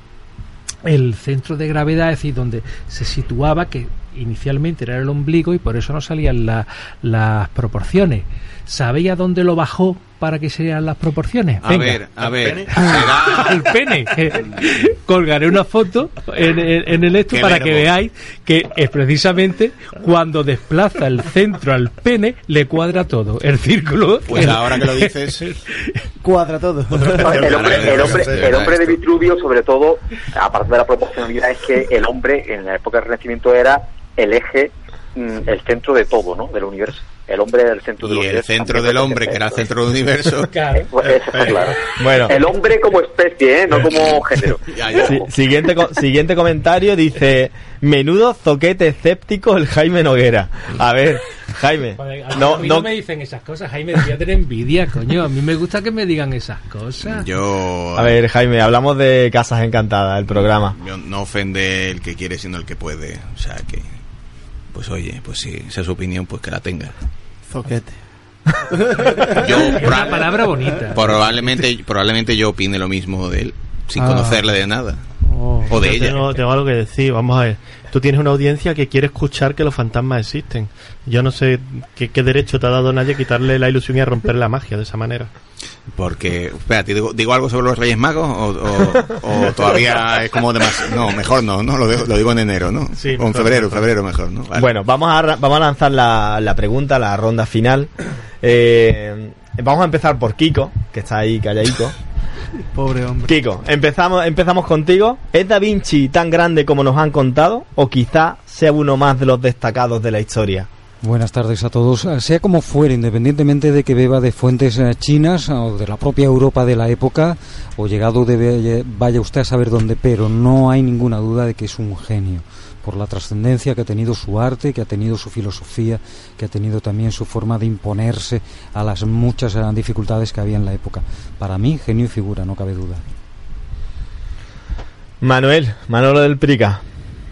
de gravedad, es decir, donde se situaba, que inicialmente era el ombligo, y por eso no salían las proporciones. ¿Sabéis a dónde lo bajó para que sean las proporciones? Venga. A ver. Al pene. Colgaré una foto en el esto para que veáis que es precisamente cuando desplaza el centro al pene, le cuadra todo. El círculo. Pues ahora que lo dices, cuadra todo. El hombre de Vitruvio, sobre todo, aparte de la proporcionalidad, es que el hombre en la época del Renacimiento era el eje, el centro de todo, ¿no? Del universo. El hombre era el centro del universo. Y el centro del hombre, que era el centro del universo. Claro. Pues eso está claro. Bueno. El hombre como especie, no como género. Siguiente comentario, dice: menudo zoquete escéptico el Jaime Noguera. A ver, Jaime. Joder, a mí no me dicen esas cosas, Jaime. Debería tener envidia, coño. A mí me gusta que me digan esas cosas. A ver, Jaime, hablamos de Casas Encantadas, el programa. Yo no ofende el que quiere, sino el que puede. O sea que, pues oye, pues si esa es su opinión, pues que la tenga. Zoquete. Una palabra bonita. Probablemente yo opine lo mismo de él, sin conocerle de nada. O de ella. Tengo algo que decir. Vamos a ver. Tú tienes una audiencia que quiere escuchar que los fantasmas existen. Yo no sé qué derecho te ha dado nadie a quitarle la ilusión y a romper la magia de esa manera. Porque, espérate, ¿digo algo sobre los Reyes Magos? ¿O todavía es como demasiado? No, mejor no, lo digo en enero, ¿no? Sí, o en febrero mejor, ¿no? Vale. Bueno, vamos a lanzar la pregunta, la ronda final. Vamos a empezar por Kiko, que está ahí calladico. Pobre hombre. Kiko, empezamos contigo. ¿Es Da Vinci tan grande como nos han contado? ¿O quizá sea uno más de los destacados de la historia? Buenas tardes a todos. Sea como fuere, independientemente de que beba de fuentes chinas o de la propia Europa de la época, o llegado de vaya usted a saber dónde, pero no hay ninguna duda de que es un genio, por la trascendencia que ha tenido su arte, que ha tenido su filosofía, que ha tenido también su forma de imponerse a las muchas dificultades que había en la época. Para mí, genio y figura, no cabe duda. Manolo del Prica.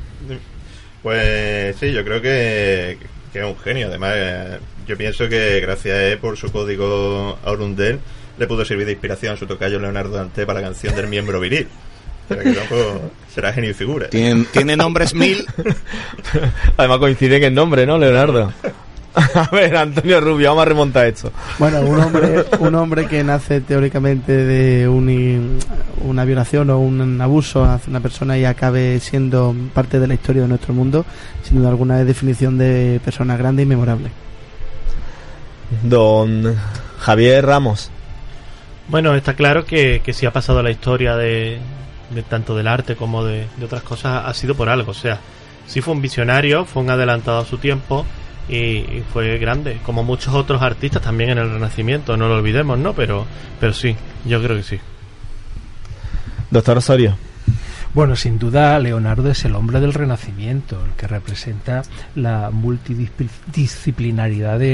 Pues sí, yo creo que es un genio. Además, yo pienso que gracias a él, por su código Arundel, le pudo servir de inspiración a su tocayo Leonardo Dante para la canción del miembro viril. Pero que tampoco será genio y figura. Tiene nombres 1000. Además coincide que el nombre, ¿no, Leonardo? A ver, Antonio Rubio, vamos a remontar esto. Bueno, un hombre que nace teóricamente de una violación o un abuso hacia una persona y acabe siendo parte de la historia de nuestro mundo, sin duda alguna es definición de persona grande y memorable. Don Javier Ramos. Bueno, está claro que si ha pasado la historia de tanto del arte como de otras cosas, ha sido por algo. O sea, sí fue un visionario, fue un adelantado a su tiempo y fue grande, como muchos otros artistas también en el Renacimiento, no lo olvidemos, ¿no? Pero sí, yo creo que sí. Doctor Osorio. Bueno, sin duda Leonardo es el hombre del Renacimiento, el que representa la multidisciplinaridad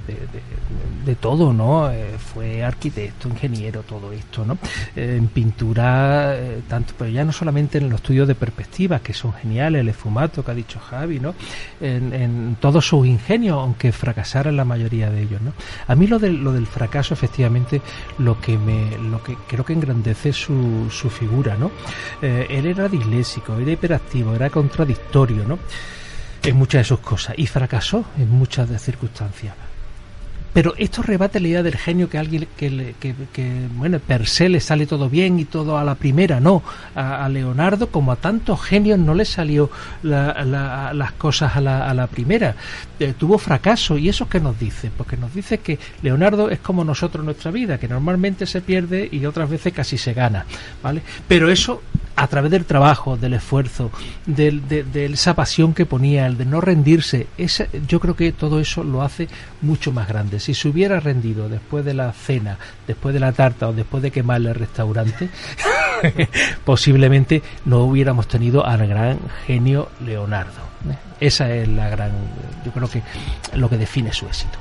de todo, ¿no? Fue arquitecto, ingeniero, todo esto, ¿no? En pintura, tanto, pero ya no solamente en los estudios de perspectiva, que son geniales, el esfumato que ha dicho Javi, ¿no? En todos sus ingenios, aunque fracasaran la mayoría de ellos, ¿no? A mí lo del fracaso, efectivamente, lo que creo que engrandece su figura, ¿no? Él era disléxico, era hiperactivo, era contradictorio, ¿no? En muchas de sus cosas, y fracasó en muchas de circunstancias. Pero esto rebate la idea del genio, que alguien que bueno, per se le sale todo bien y todo a la primera. No, a Leonardo, como a tantos genios, no le salió las cosas a la primera. Tuvo fracaso. ¿Y eso qué nos dice? Porque nos dice que Leonardo es como nosotros en nuestra vida, que normalmente se pierde y otras veces casi se gana, ¿vale? Pero eso, a través del trabajo, del esfuerzo, de esa pasión que ponía, el de no rendirse, yo creo que todo eso lo hace mucho más grande. Si se hubiera rendido después de la cena, después de la tarta o después de quemarle el restaurante, posiblemente no hubiéramos tenido al gran genio Leonardo. Esa es yo creo que lo que define su éxito.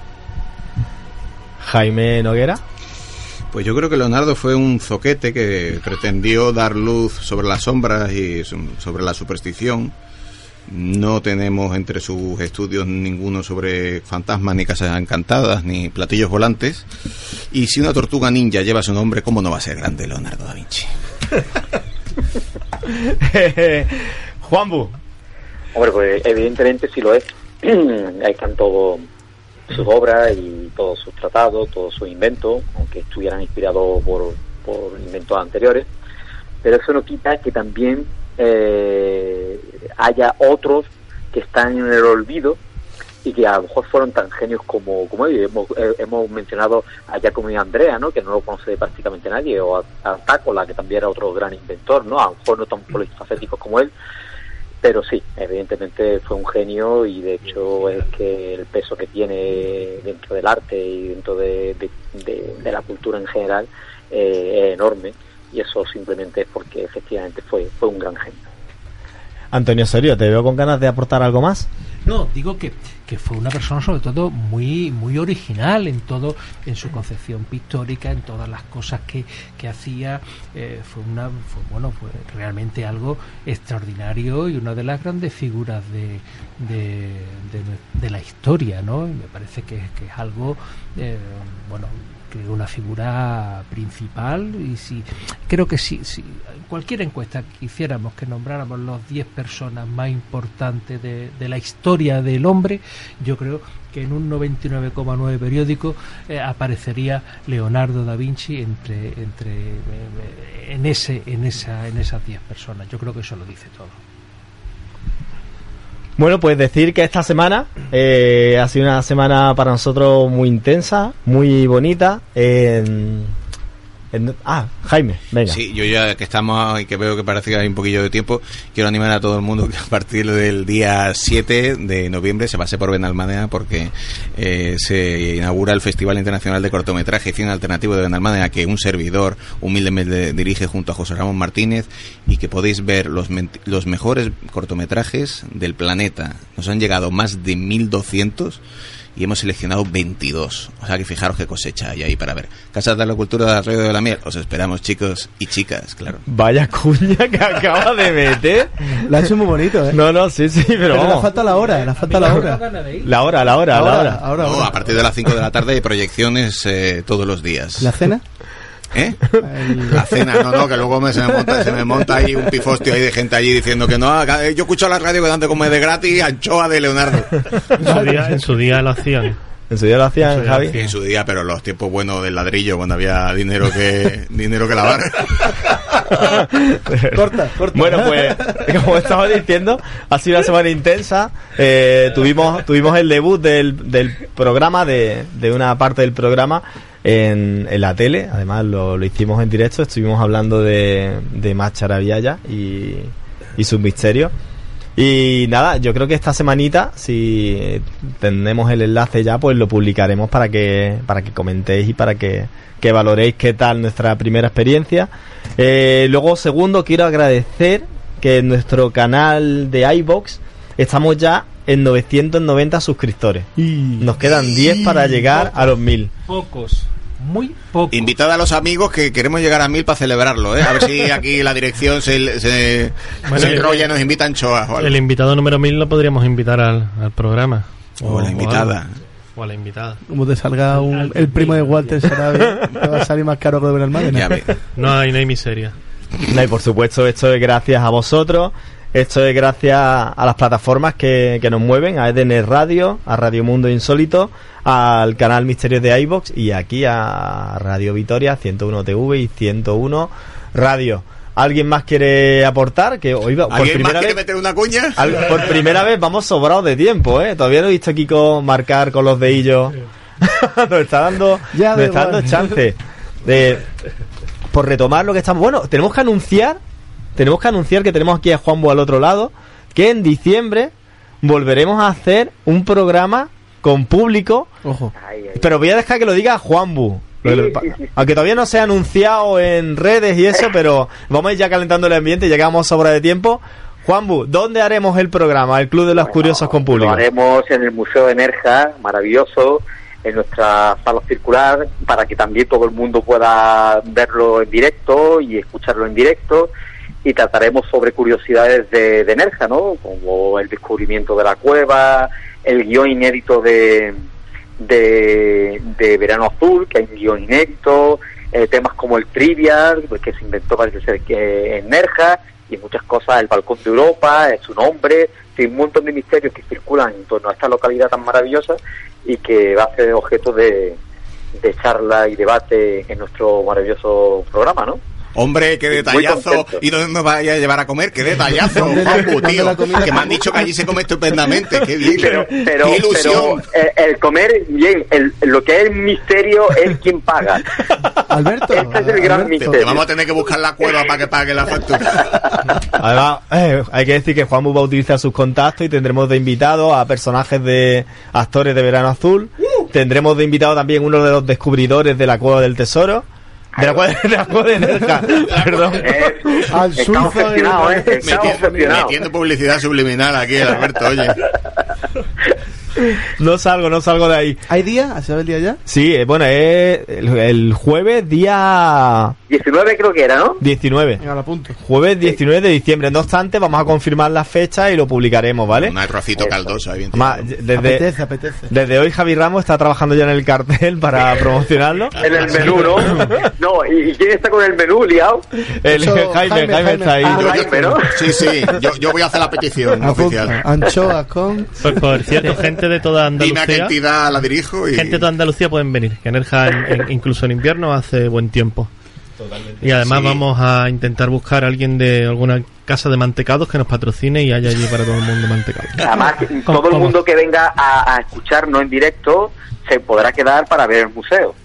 Jaime Noguera. Pues yo creo que Leonardo fue un zoquete que pretendió dar luz sobre las sombras y sobre la superstición. No tenemos entre sus estudios ninguno sobre fantasmas, ni casas encantadas, ni platillos volantes. Y si una tortuga ninja lleva su nombre, ¿cómo no va a ser grande Leonardo da Vinci? Juanbu. Hombre, pues evidentemente sí lo es. Ahí están todas sus obras y todos sus tratados, todos sus inventos, aunque estuvieran inspirados por inventos anteriores. Pero eso no quita que también haya otros que están en el olvido y que a lo mejor fueron tan genios como ellos. Hemos mencionado a Giacomo y Andrea, ¿no? Que no lo conoce prácticamente nadie, o a Tácola, que también era otro gran inventor, ¿no? A lo mejor no tan polifacéticos como él, pero sí, evidentemente fue un genio, y de hecho es que el peso que tiene dentro del arte y dentro de la cultura en general es enorme, y eso simplemente es porque efectivamente fue un gran genio. Antonio Osorio, te veo con ganas de aportar algo más. No, digo que fue una persona sobre todo muy muy original en todo, en su concepción pictórica, en todas las cosas que hacía. Fue realmente algo extraordinario y una de las grandes figuras de la historia, ¿no? Y me parece que es algo una figura principal. Y creo que si cualquier encuesta que hiciéramos, que nombráramos los 10 personas más importantes de la historia del hombre, yo creo que en un 99,9 periódico aparecería Leonardo da Vinci en esas 10 personas. Yo creo que eso lo dice todo. Bueno, pues decir que esta semana ha sido una semana para nosotros muy intensa, muy bonita. Jaime, venga. Sí, yo ya que estamos y que veo que parece que hay un poquillo de tiempo, quiero animar a todo el mundo que a partir del día 7 de noviembre se pase por Benalmádena porque se inaugura el Festival Internacional de Cortometraje y Cine Alternativo de Benalmádena, que un servidor humildemente dirige junto a José Ramón Martínez, y que podéis ver los mejores cortometrajes del planeta. Nos han llegado más de 1.200 y hemos seleccionado 22. O sea que fijaros qué cosecha hay ahí para ver. Casas de la Cultura de la Radio de la Miel. Os esperamos, chicos y chicas, claro. Vaya cuña que acaba de meter. Lo ha hecho muy bonito, ¿eh? No, sí, pero vamos. Le falta la hora. La hora. No, a partir de las 5 de la tarde hay proyecciones todos los días. ¿La cena? ¿Eh? La cena, no, que luego se me monta ahí un pifostio ahí de gente allí diciendo que no, yo escucho la radio que dan de comer de gratis anchoa de Leonardo. En su día lo hacían. ¿En su día lo hacían, Javi? En su día, pero los tiempos buenos del ladrillo, cuando había dinero que lavar. Corta. Bueno, pues, como estaba diciendo, ha sido una semana intensa. Tuvimos el debut del programa, de una parte del programa en la tele. Además lo hicimos en directo. Estuvimos hablando de Macharabiaya y sus misterios. Y nada, yo creo que esta semanita, si tenemos el enlace ya, pues lo publicaremos para que comentéis y para que valoréis qué tal nuestra primera experiencia. Luego, segundo, quiero agradecer que en nuestro canal de iVoox estamos ya en 990 suscriptores. Nos quedan 10 para llegar a los 1000. Pocos. Muy poco. Invitad a los amigos que queremos llegar a 1000 para celebrarlo, ¿eh? A ver si aquí la dirección se enrolla y nos invitan anchoas o algo. El invitado número 1000 lo podríamos invitar al programa. O la invitada. O a la invitada. Como te salga el primo de Walter Sarabe, te va a salir más caro que de Benalmádena. No hay miseria. No, y por supuesto, esto es gracias a vosotros. Esto es gracias a las plataformas que nos mueven, a EDN Radio, a Radio Mundo Insólito, al canal Misterios de iVoox y aquí a Radio Vitoria, 101 TV y 101 Radio. ¿Alguien más quiere aportar? Que hoy por ¿Alguien primera más quiere vez meter una cuña? Por primera vez vamos sobrados de tiempo, ¿eh? Todavía no he visto a Kiko marcar con los dedillos. Nos está dando chance de por retomar lo que estamos. Bueno, tenemos que anunciar que tenemos aquí a Juanbu al otro lado, que en diciembre volveremos a hacer un programa con público. Ojo. Pero voy a dejar que lo diga Juanbu. Sí. Aunque todavía no se ha anunciado en redes y eso, pero vamos a ir ya calentando el ambiente, ya quedamos sobra de tiempo. Juanbu, ¿dónde haremos el programa, el Club de los Curiosos con público? Lo haremos en el Museo de Nerja, maravilloso, en nuestra sala circular, para que también todo el mundo pueda verlo en directo y escucharlo en directo. Y trataremos sobre curiosidades de Nerja, ¿no? Como el descubrimiento de la cueva, el guión inédito de Verano Azul, que hay un guión inédito, temas como el Trivial, que se inventó parece ser que en Nerja, y muchas cosas, el Balcón de Europa, su nombre, un montón de misterios que circulan en torno a esta localidad tan maravillosa y que va a ser objeto de charla y debate en nuestro maravilloso programa, ¿no? Hombre, qué detallazo. ¿Y dónde nos vaya a llevar a comer? ¡Qué detallazo! Juanbu, tío, que me han dicho que allí se come estupendamente. ¡Qué bien! Pero ilusión! Pero, el comer, bien, lo que es misterio es quién paga. Alberto. Este es el gran misterio. Te vamos a tener que buscar la cueva para que pague la factura. Además, hay que decir que Juanbu va a utilizar sus contactos y tendremos de invitados a personajes de actores de Verano Azul. Tendremos de invitado también uno de los descubridores de la Cueva del Tesoro. De la cueva de Nerja, perdón. Está obsesionado, metiendo publicidad subliminal aquí, Alberto, oye. No salgo de ahí. ¿Hay día? ¿Se sabe el día ya? Sí, bueno, es el jueves día 19 creo que era, ¿no? 19. Venga, lo apunto. Jueves 19 de diciembre. No obstante, vamos a confirmar la fecha y lo publicaremos, ¿vale? Un arrocito caldoso, ahí bien. Apetece. Desde hoy Javi Ramos está trabajando ya en el cartel para promocionarlo. En el menú, ¿no? No, ¿y quién está con el menú liado? Jaime está ahí. Jaime, ¿no? Sí, yo voy a hacer la petición oficial. Anchoas con... Por cierto, gente de toda Andalucía. Dime a qué entidad la dirijo y... Gente de toda Andalucía pueden venir, que Nerja incluso en invierno hace buen tiempo. Totalmente. Y además vamos a intentar buscar a alguien de alguna casa de mantecados que nos patrocine y haya allí para todo el mundo mantecados. Además, todo el mundo que venga a escucharnos en directo se podrá quedar para ver el museo.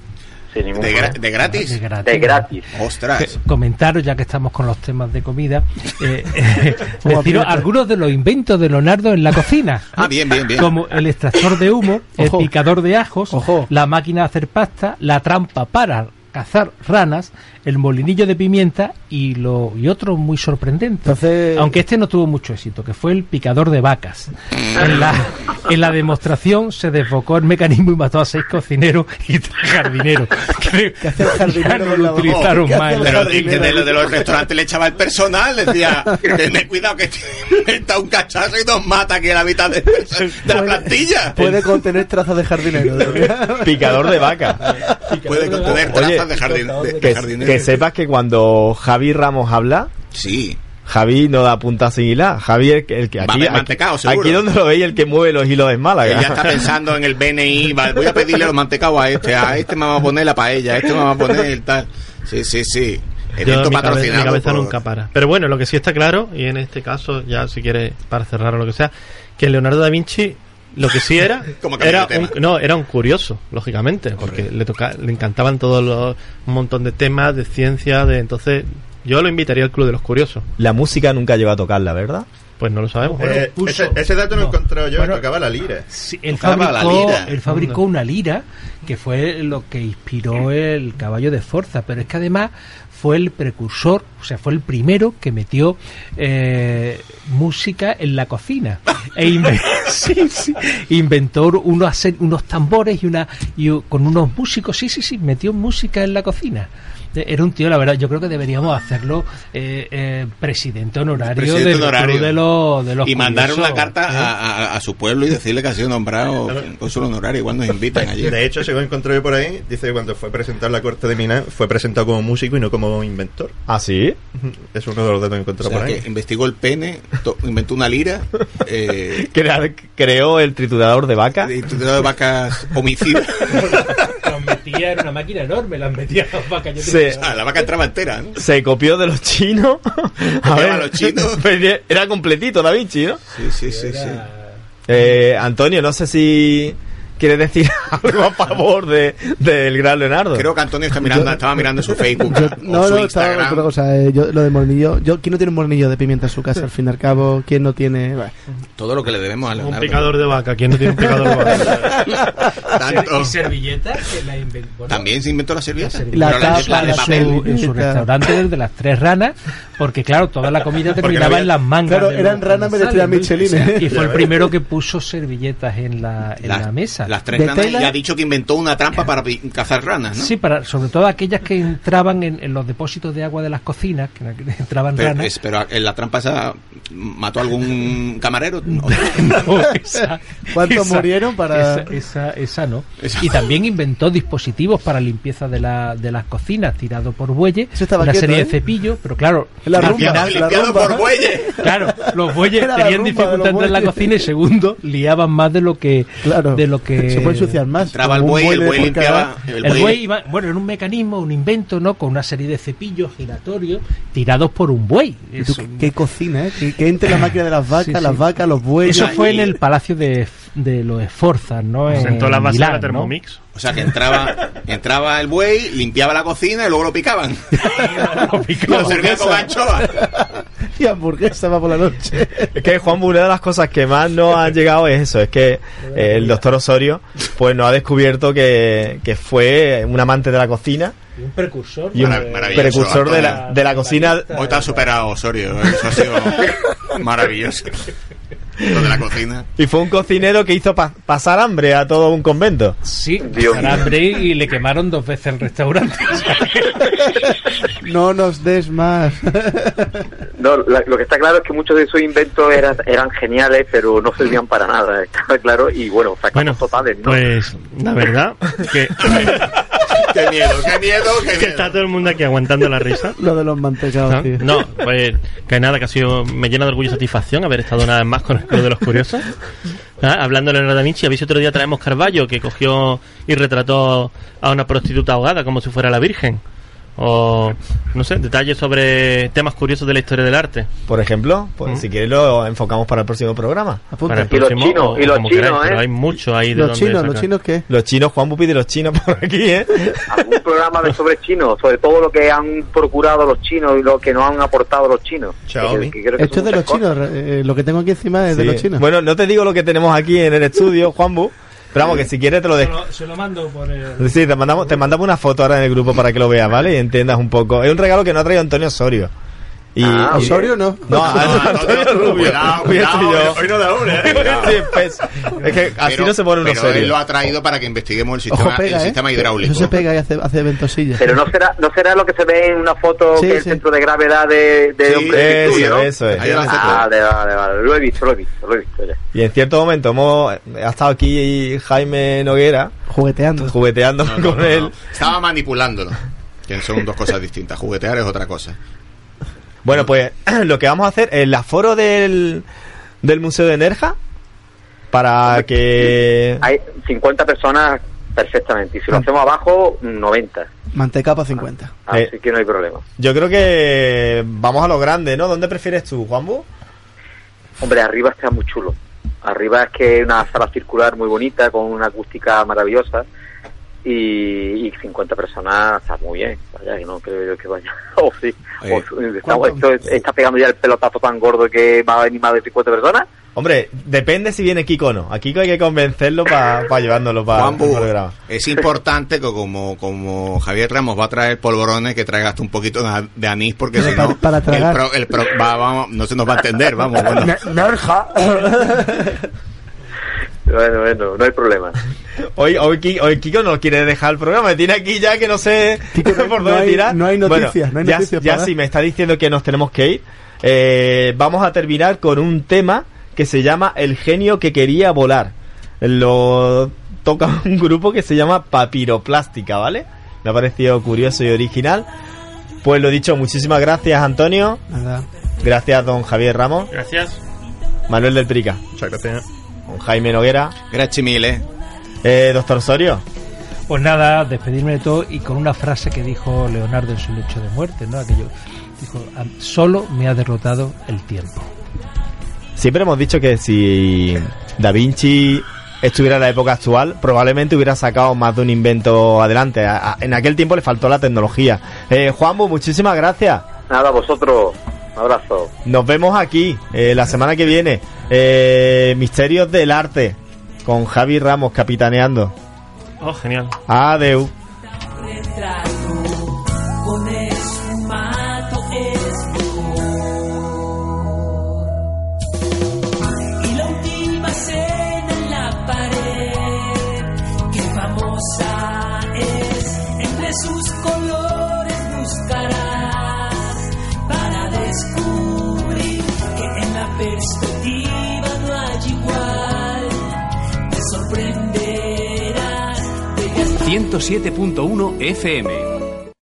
sin ningún ¿De problema. gratis? De gratis. Ostras. Comentaros, ya que estamos con los temas de comida, deciros algunos de los inventos de Leonardo en la cocina. Bien. Como el extractor de humo, el picador de ajos, la máquina de hacer pasta, la trampa para cazar ranas, el molinillo de pimienta y otro muy sorprendente. Entonces, aunque este no tuvo mucho éxito, que fue el picador de vacas. En la demostración se desbocó el mecanismo y mató a 6 cocineros y 3 jardineros. ¿Qué hace el jardinero no con la lo utilizaron boca? más. Pero de los restaurantes le echaba el personal, decía, tened cuidado que está un cachazo y nos mata aquí a la mitad de la plantilla. Puede contener trazas de jardinero. Picador de vaca. Puede contener trazas de jardinero. Que sepas que cuando Javi Ramos habla, sí, Javi no da punta sin hilar. Javi el que aquí donde lo veis, el que mueve los hilos es Málaga. Él ya está pensando en el BNI. Voy a pedirle los mantecaos a este me va a poner la paella, me va a poner el tal. Sí. Mi cabeza nunca para. Pero bueno, lo que sí está claro, y en este caso, ya si quieres para cerrar o lo que sea, que Leonardo da Vinci lo que sí era era un curioso, lógicamente, porque le encantaban todos un montón de temas de ciencia, entonces yo lo invitaría al Club de los Curiosos. La música nunca llegó a tocarla, ¿verdad? Pues no lo sabemos. Ese dato lo he encontrado yo, tocaba la lira. Sí, él fabricó una lira que fue lo que inspiró el caballo de Forza, pero es que además fue el precursor, o sea, fue el primero que metió música en la cocina. Inventó unos tambores y con unos músicos, metió música en la cocina. Era un tío, la verdad, yo creo que deberíamos hacerlo presidente honorario del Club de los y mandar Curiosos, una carta a su pueblo y decirle que ha sido nombrado cónsul honorario, igual nos invitan allí. De hecho, según encontré yo por ahí, dice que cuando fue presentado en la corte de Milán, fue presentado como músico y no como inventor. ¿Ah, sí? Es uno de los datos que encontré por ahí. Que investigó el pene, inventó una lira, creó el triturador de vaca. El triturador de vacas homicida. Metía en una máquina enorme, las metía las vacas. La vaca entraba entera, ¿no? Se copió de los chinos. Los chinos. Era completito Da Vinci, ¿no? Sí. Antonio, no sé si quieres decir algo a favor del gran Leonardo. Creo que Antonio estaba mirando su Facebook su Instagram. Otra cosa, lo de molinillo. ¿Quién no tiene un molinillo de pimienta en su casa? Al fin y al cabo, ¿quién no tiene? Bueno. Todo lo que le debemos a Leonardo. Un picador de vaca. ¿Quién no tiene un picador de vaca? ¿Y servilletas? Que la inventó. También se inventó la servilleta. En su restaurante del de las 3 ranas, porque claro, toda la comida terminaba en las mangas. Claro, eran ranas de Michelin. Y fue el primero que puso servilletas en la mesa. Las 3 ranas, y ha dicho que inventó una trampa para cazar ranas, ¿no? Sí, sobre todo aquellas que entraban en los depósitos de agua de las cocinas, que entraban ranas. Pero en la trampa esa mató a algún camarero. No, ¿Cuántos murieron para...? Esa no. Y también inventó dispositivos para limpieza de las cocinas, tirado por bueyes, una serie de cepillos, pero claro, limpiado por bueyes. Claro, los bueyes tenían dificultad de entrar en la cocina y segundo, liaban más de lo que se puede ensuciar más. Entraba el buey limpiaba. El buey iba, en un mecanismo, un invento, ¿no? Con una serie de cepillos giratorios tirados por un buey. ¿Qué cocina, que entre la máquina de las vacas, las vacas, los bueyes. Eso fue en el Palacio de los Esforzas, ¿no? En toda la base de la Milán, Thermomix. O sea que entraba el buey, limpiaba la cocina y luego lo picaban. Lo servían con anchoa. Y hamburguesa va por la noche. Es que Juan, una de las cosas que más nos han llegado es eso, es que el doctor Osorio pues nos ha descubierto que fue un amante de la cocina. Y un precursor. Y un precursor de la cocina. Hoy te has superado, Osorio. Eso ha sido maravilloso. Lo de la cocina. Y fue un cocinero que hizo pasar hambre a todo un convento. Sí, pasar hambre y le quemaron 2 veces el restaurante. No nos des más. No, lo que está claro es que muchos de esos inventos eran geniales, pero no servían para nada, está claro. Y bueno, fracasos totales, ¿no? Pues la verdad que... Qué miedo. Que está todo el mundo aquí aguantando la risa. Lo de los mantecados, tío. No, pues que nada, que ha sido, me llena de orgullo y satisfacción haber estado una vez más con el Club de los Curiosos. Hablando de Leonardo da Vinci, a ver si otro día traemos Caravaggio, que cogió y retrató a una prostituta ahogada como si fuera la Virgen. o no sé, detalles sobre temas curiosos de la historia del arte. Por ejemplo, pues si quieres lo enfocamos para el próximo programa. Para el próximo, y los chinos, pero hay mucho ahí de ¿Los chinos qué? Los chinos, Juan Bupi de los chinos por aquí, Algún programa sobre chinos, sobre todo lo que han procurado los chinos y lo que nos han aportado los chinos. Esto es de los chinos, lo que tengo aquí encima es de los chinos. Bueno, no te digo lo que tenemos aquí en el estudio, Juanbu, pero vamos, que si quieres te lo dejo. Se lo mando por el... Sí, te mandamos una foto ahora en el grupo para que lo veas, ¿vale? Y entiendas un poco. Es un regalo que no ha traído Antonio Osorio. ¿Osorio no? No, Antonio Rubio. Cuidado, hoy no da una, Sí, pues, es que así no se pone uno pero serio. Él lo ha traído para que investiguemos el sistema, pega, el sistema hidráulico. Eso se pega y hace ventosillas. Pero no será lo que se ve en una foto que es el centro de gravedad de hombre eso, ¿no? eso es. Vale. Lo he visto ya. Y en cierto momento ha estado aquí Jaime Noguera jugueteando con él. Estaba manipulándolo, que son dos cosas distintas. Juguetear es otra cosa. Bueno, pues lo que vamos a hacer, el aforo del Museo de Nerja, para que... Hay 50 personas perfectamente, y si lo hacemos abajo, 90. Manteca para 50. Así que no hay problema. Yo creo que vamos a lo grande, ¿no? ¿Dónde prefieres tú, Juanbu? Hombre, arriba está muy chulo. Arriba es que es una sala circular muy bonita, con una acústica maravillosa. Y 50 personas está muy bien. Vaya, que no creo yo que vaya. Sí. Esto está pegando ya el pelotazo tan gordo que va a venir más de 50 personas. Hombre, depende si viene Kiko o no. A Kiko hay que convencerlo para llevándolo para el programa. Es importante que como Javier Ramos va a traer polvorones, que traiga hasta un poquito de anís, porque si no para tragar. no se nos va a entender. Vamos, bueno. Nerja. Bueno, no hay problema. Hoy Kiko no quiere dejar el programa. Me tiene aquí ya que no sé por dónde tirar. No hay noticias. Bueno, ya si me está diciendo que nos tenemos que ir, vamos a terminar con un tema que se llama El genio que quería volar. Lo toca un grupo que se llama Papiroplástica, ¿vale? Me ha parecido curioso y original. Pues lo dicho, muchísimas gracias, Antonio. Nada. Gracias, don Javier Ramos. Gracias. Manuel del Prica. Muchas gracias. Con Jaime Noguera. Gracias mil, doctor Osorio. Pues nada, despedirme de todo y con una frase que dijo Leonardo en su lecho de muerte, ¿no? Aquello dijo: solo me ha derrotado el tiempo. Siempre hemos dicho que si Da Vinci estuviera en la época actual, probablemente hubiera sacado más de un invento adelante. En aquel tiempo le faltó la tecnología. Juanbu, muchísimas gracias. Nada, vosotros, un abrazo. Nos vemos aquí la semana que viene. Misterios del arte con Javi Ramos capitaneando. Oh, genial. Adeu. Y la última cena en la pared, que famosa es, entre sus colores buscarás para descubrir que en la perspectiva no hay igual. Te sorprenderás. 107.1 FM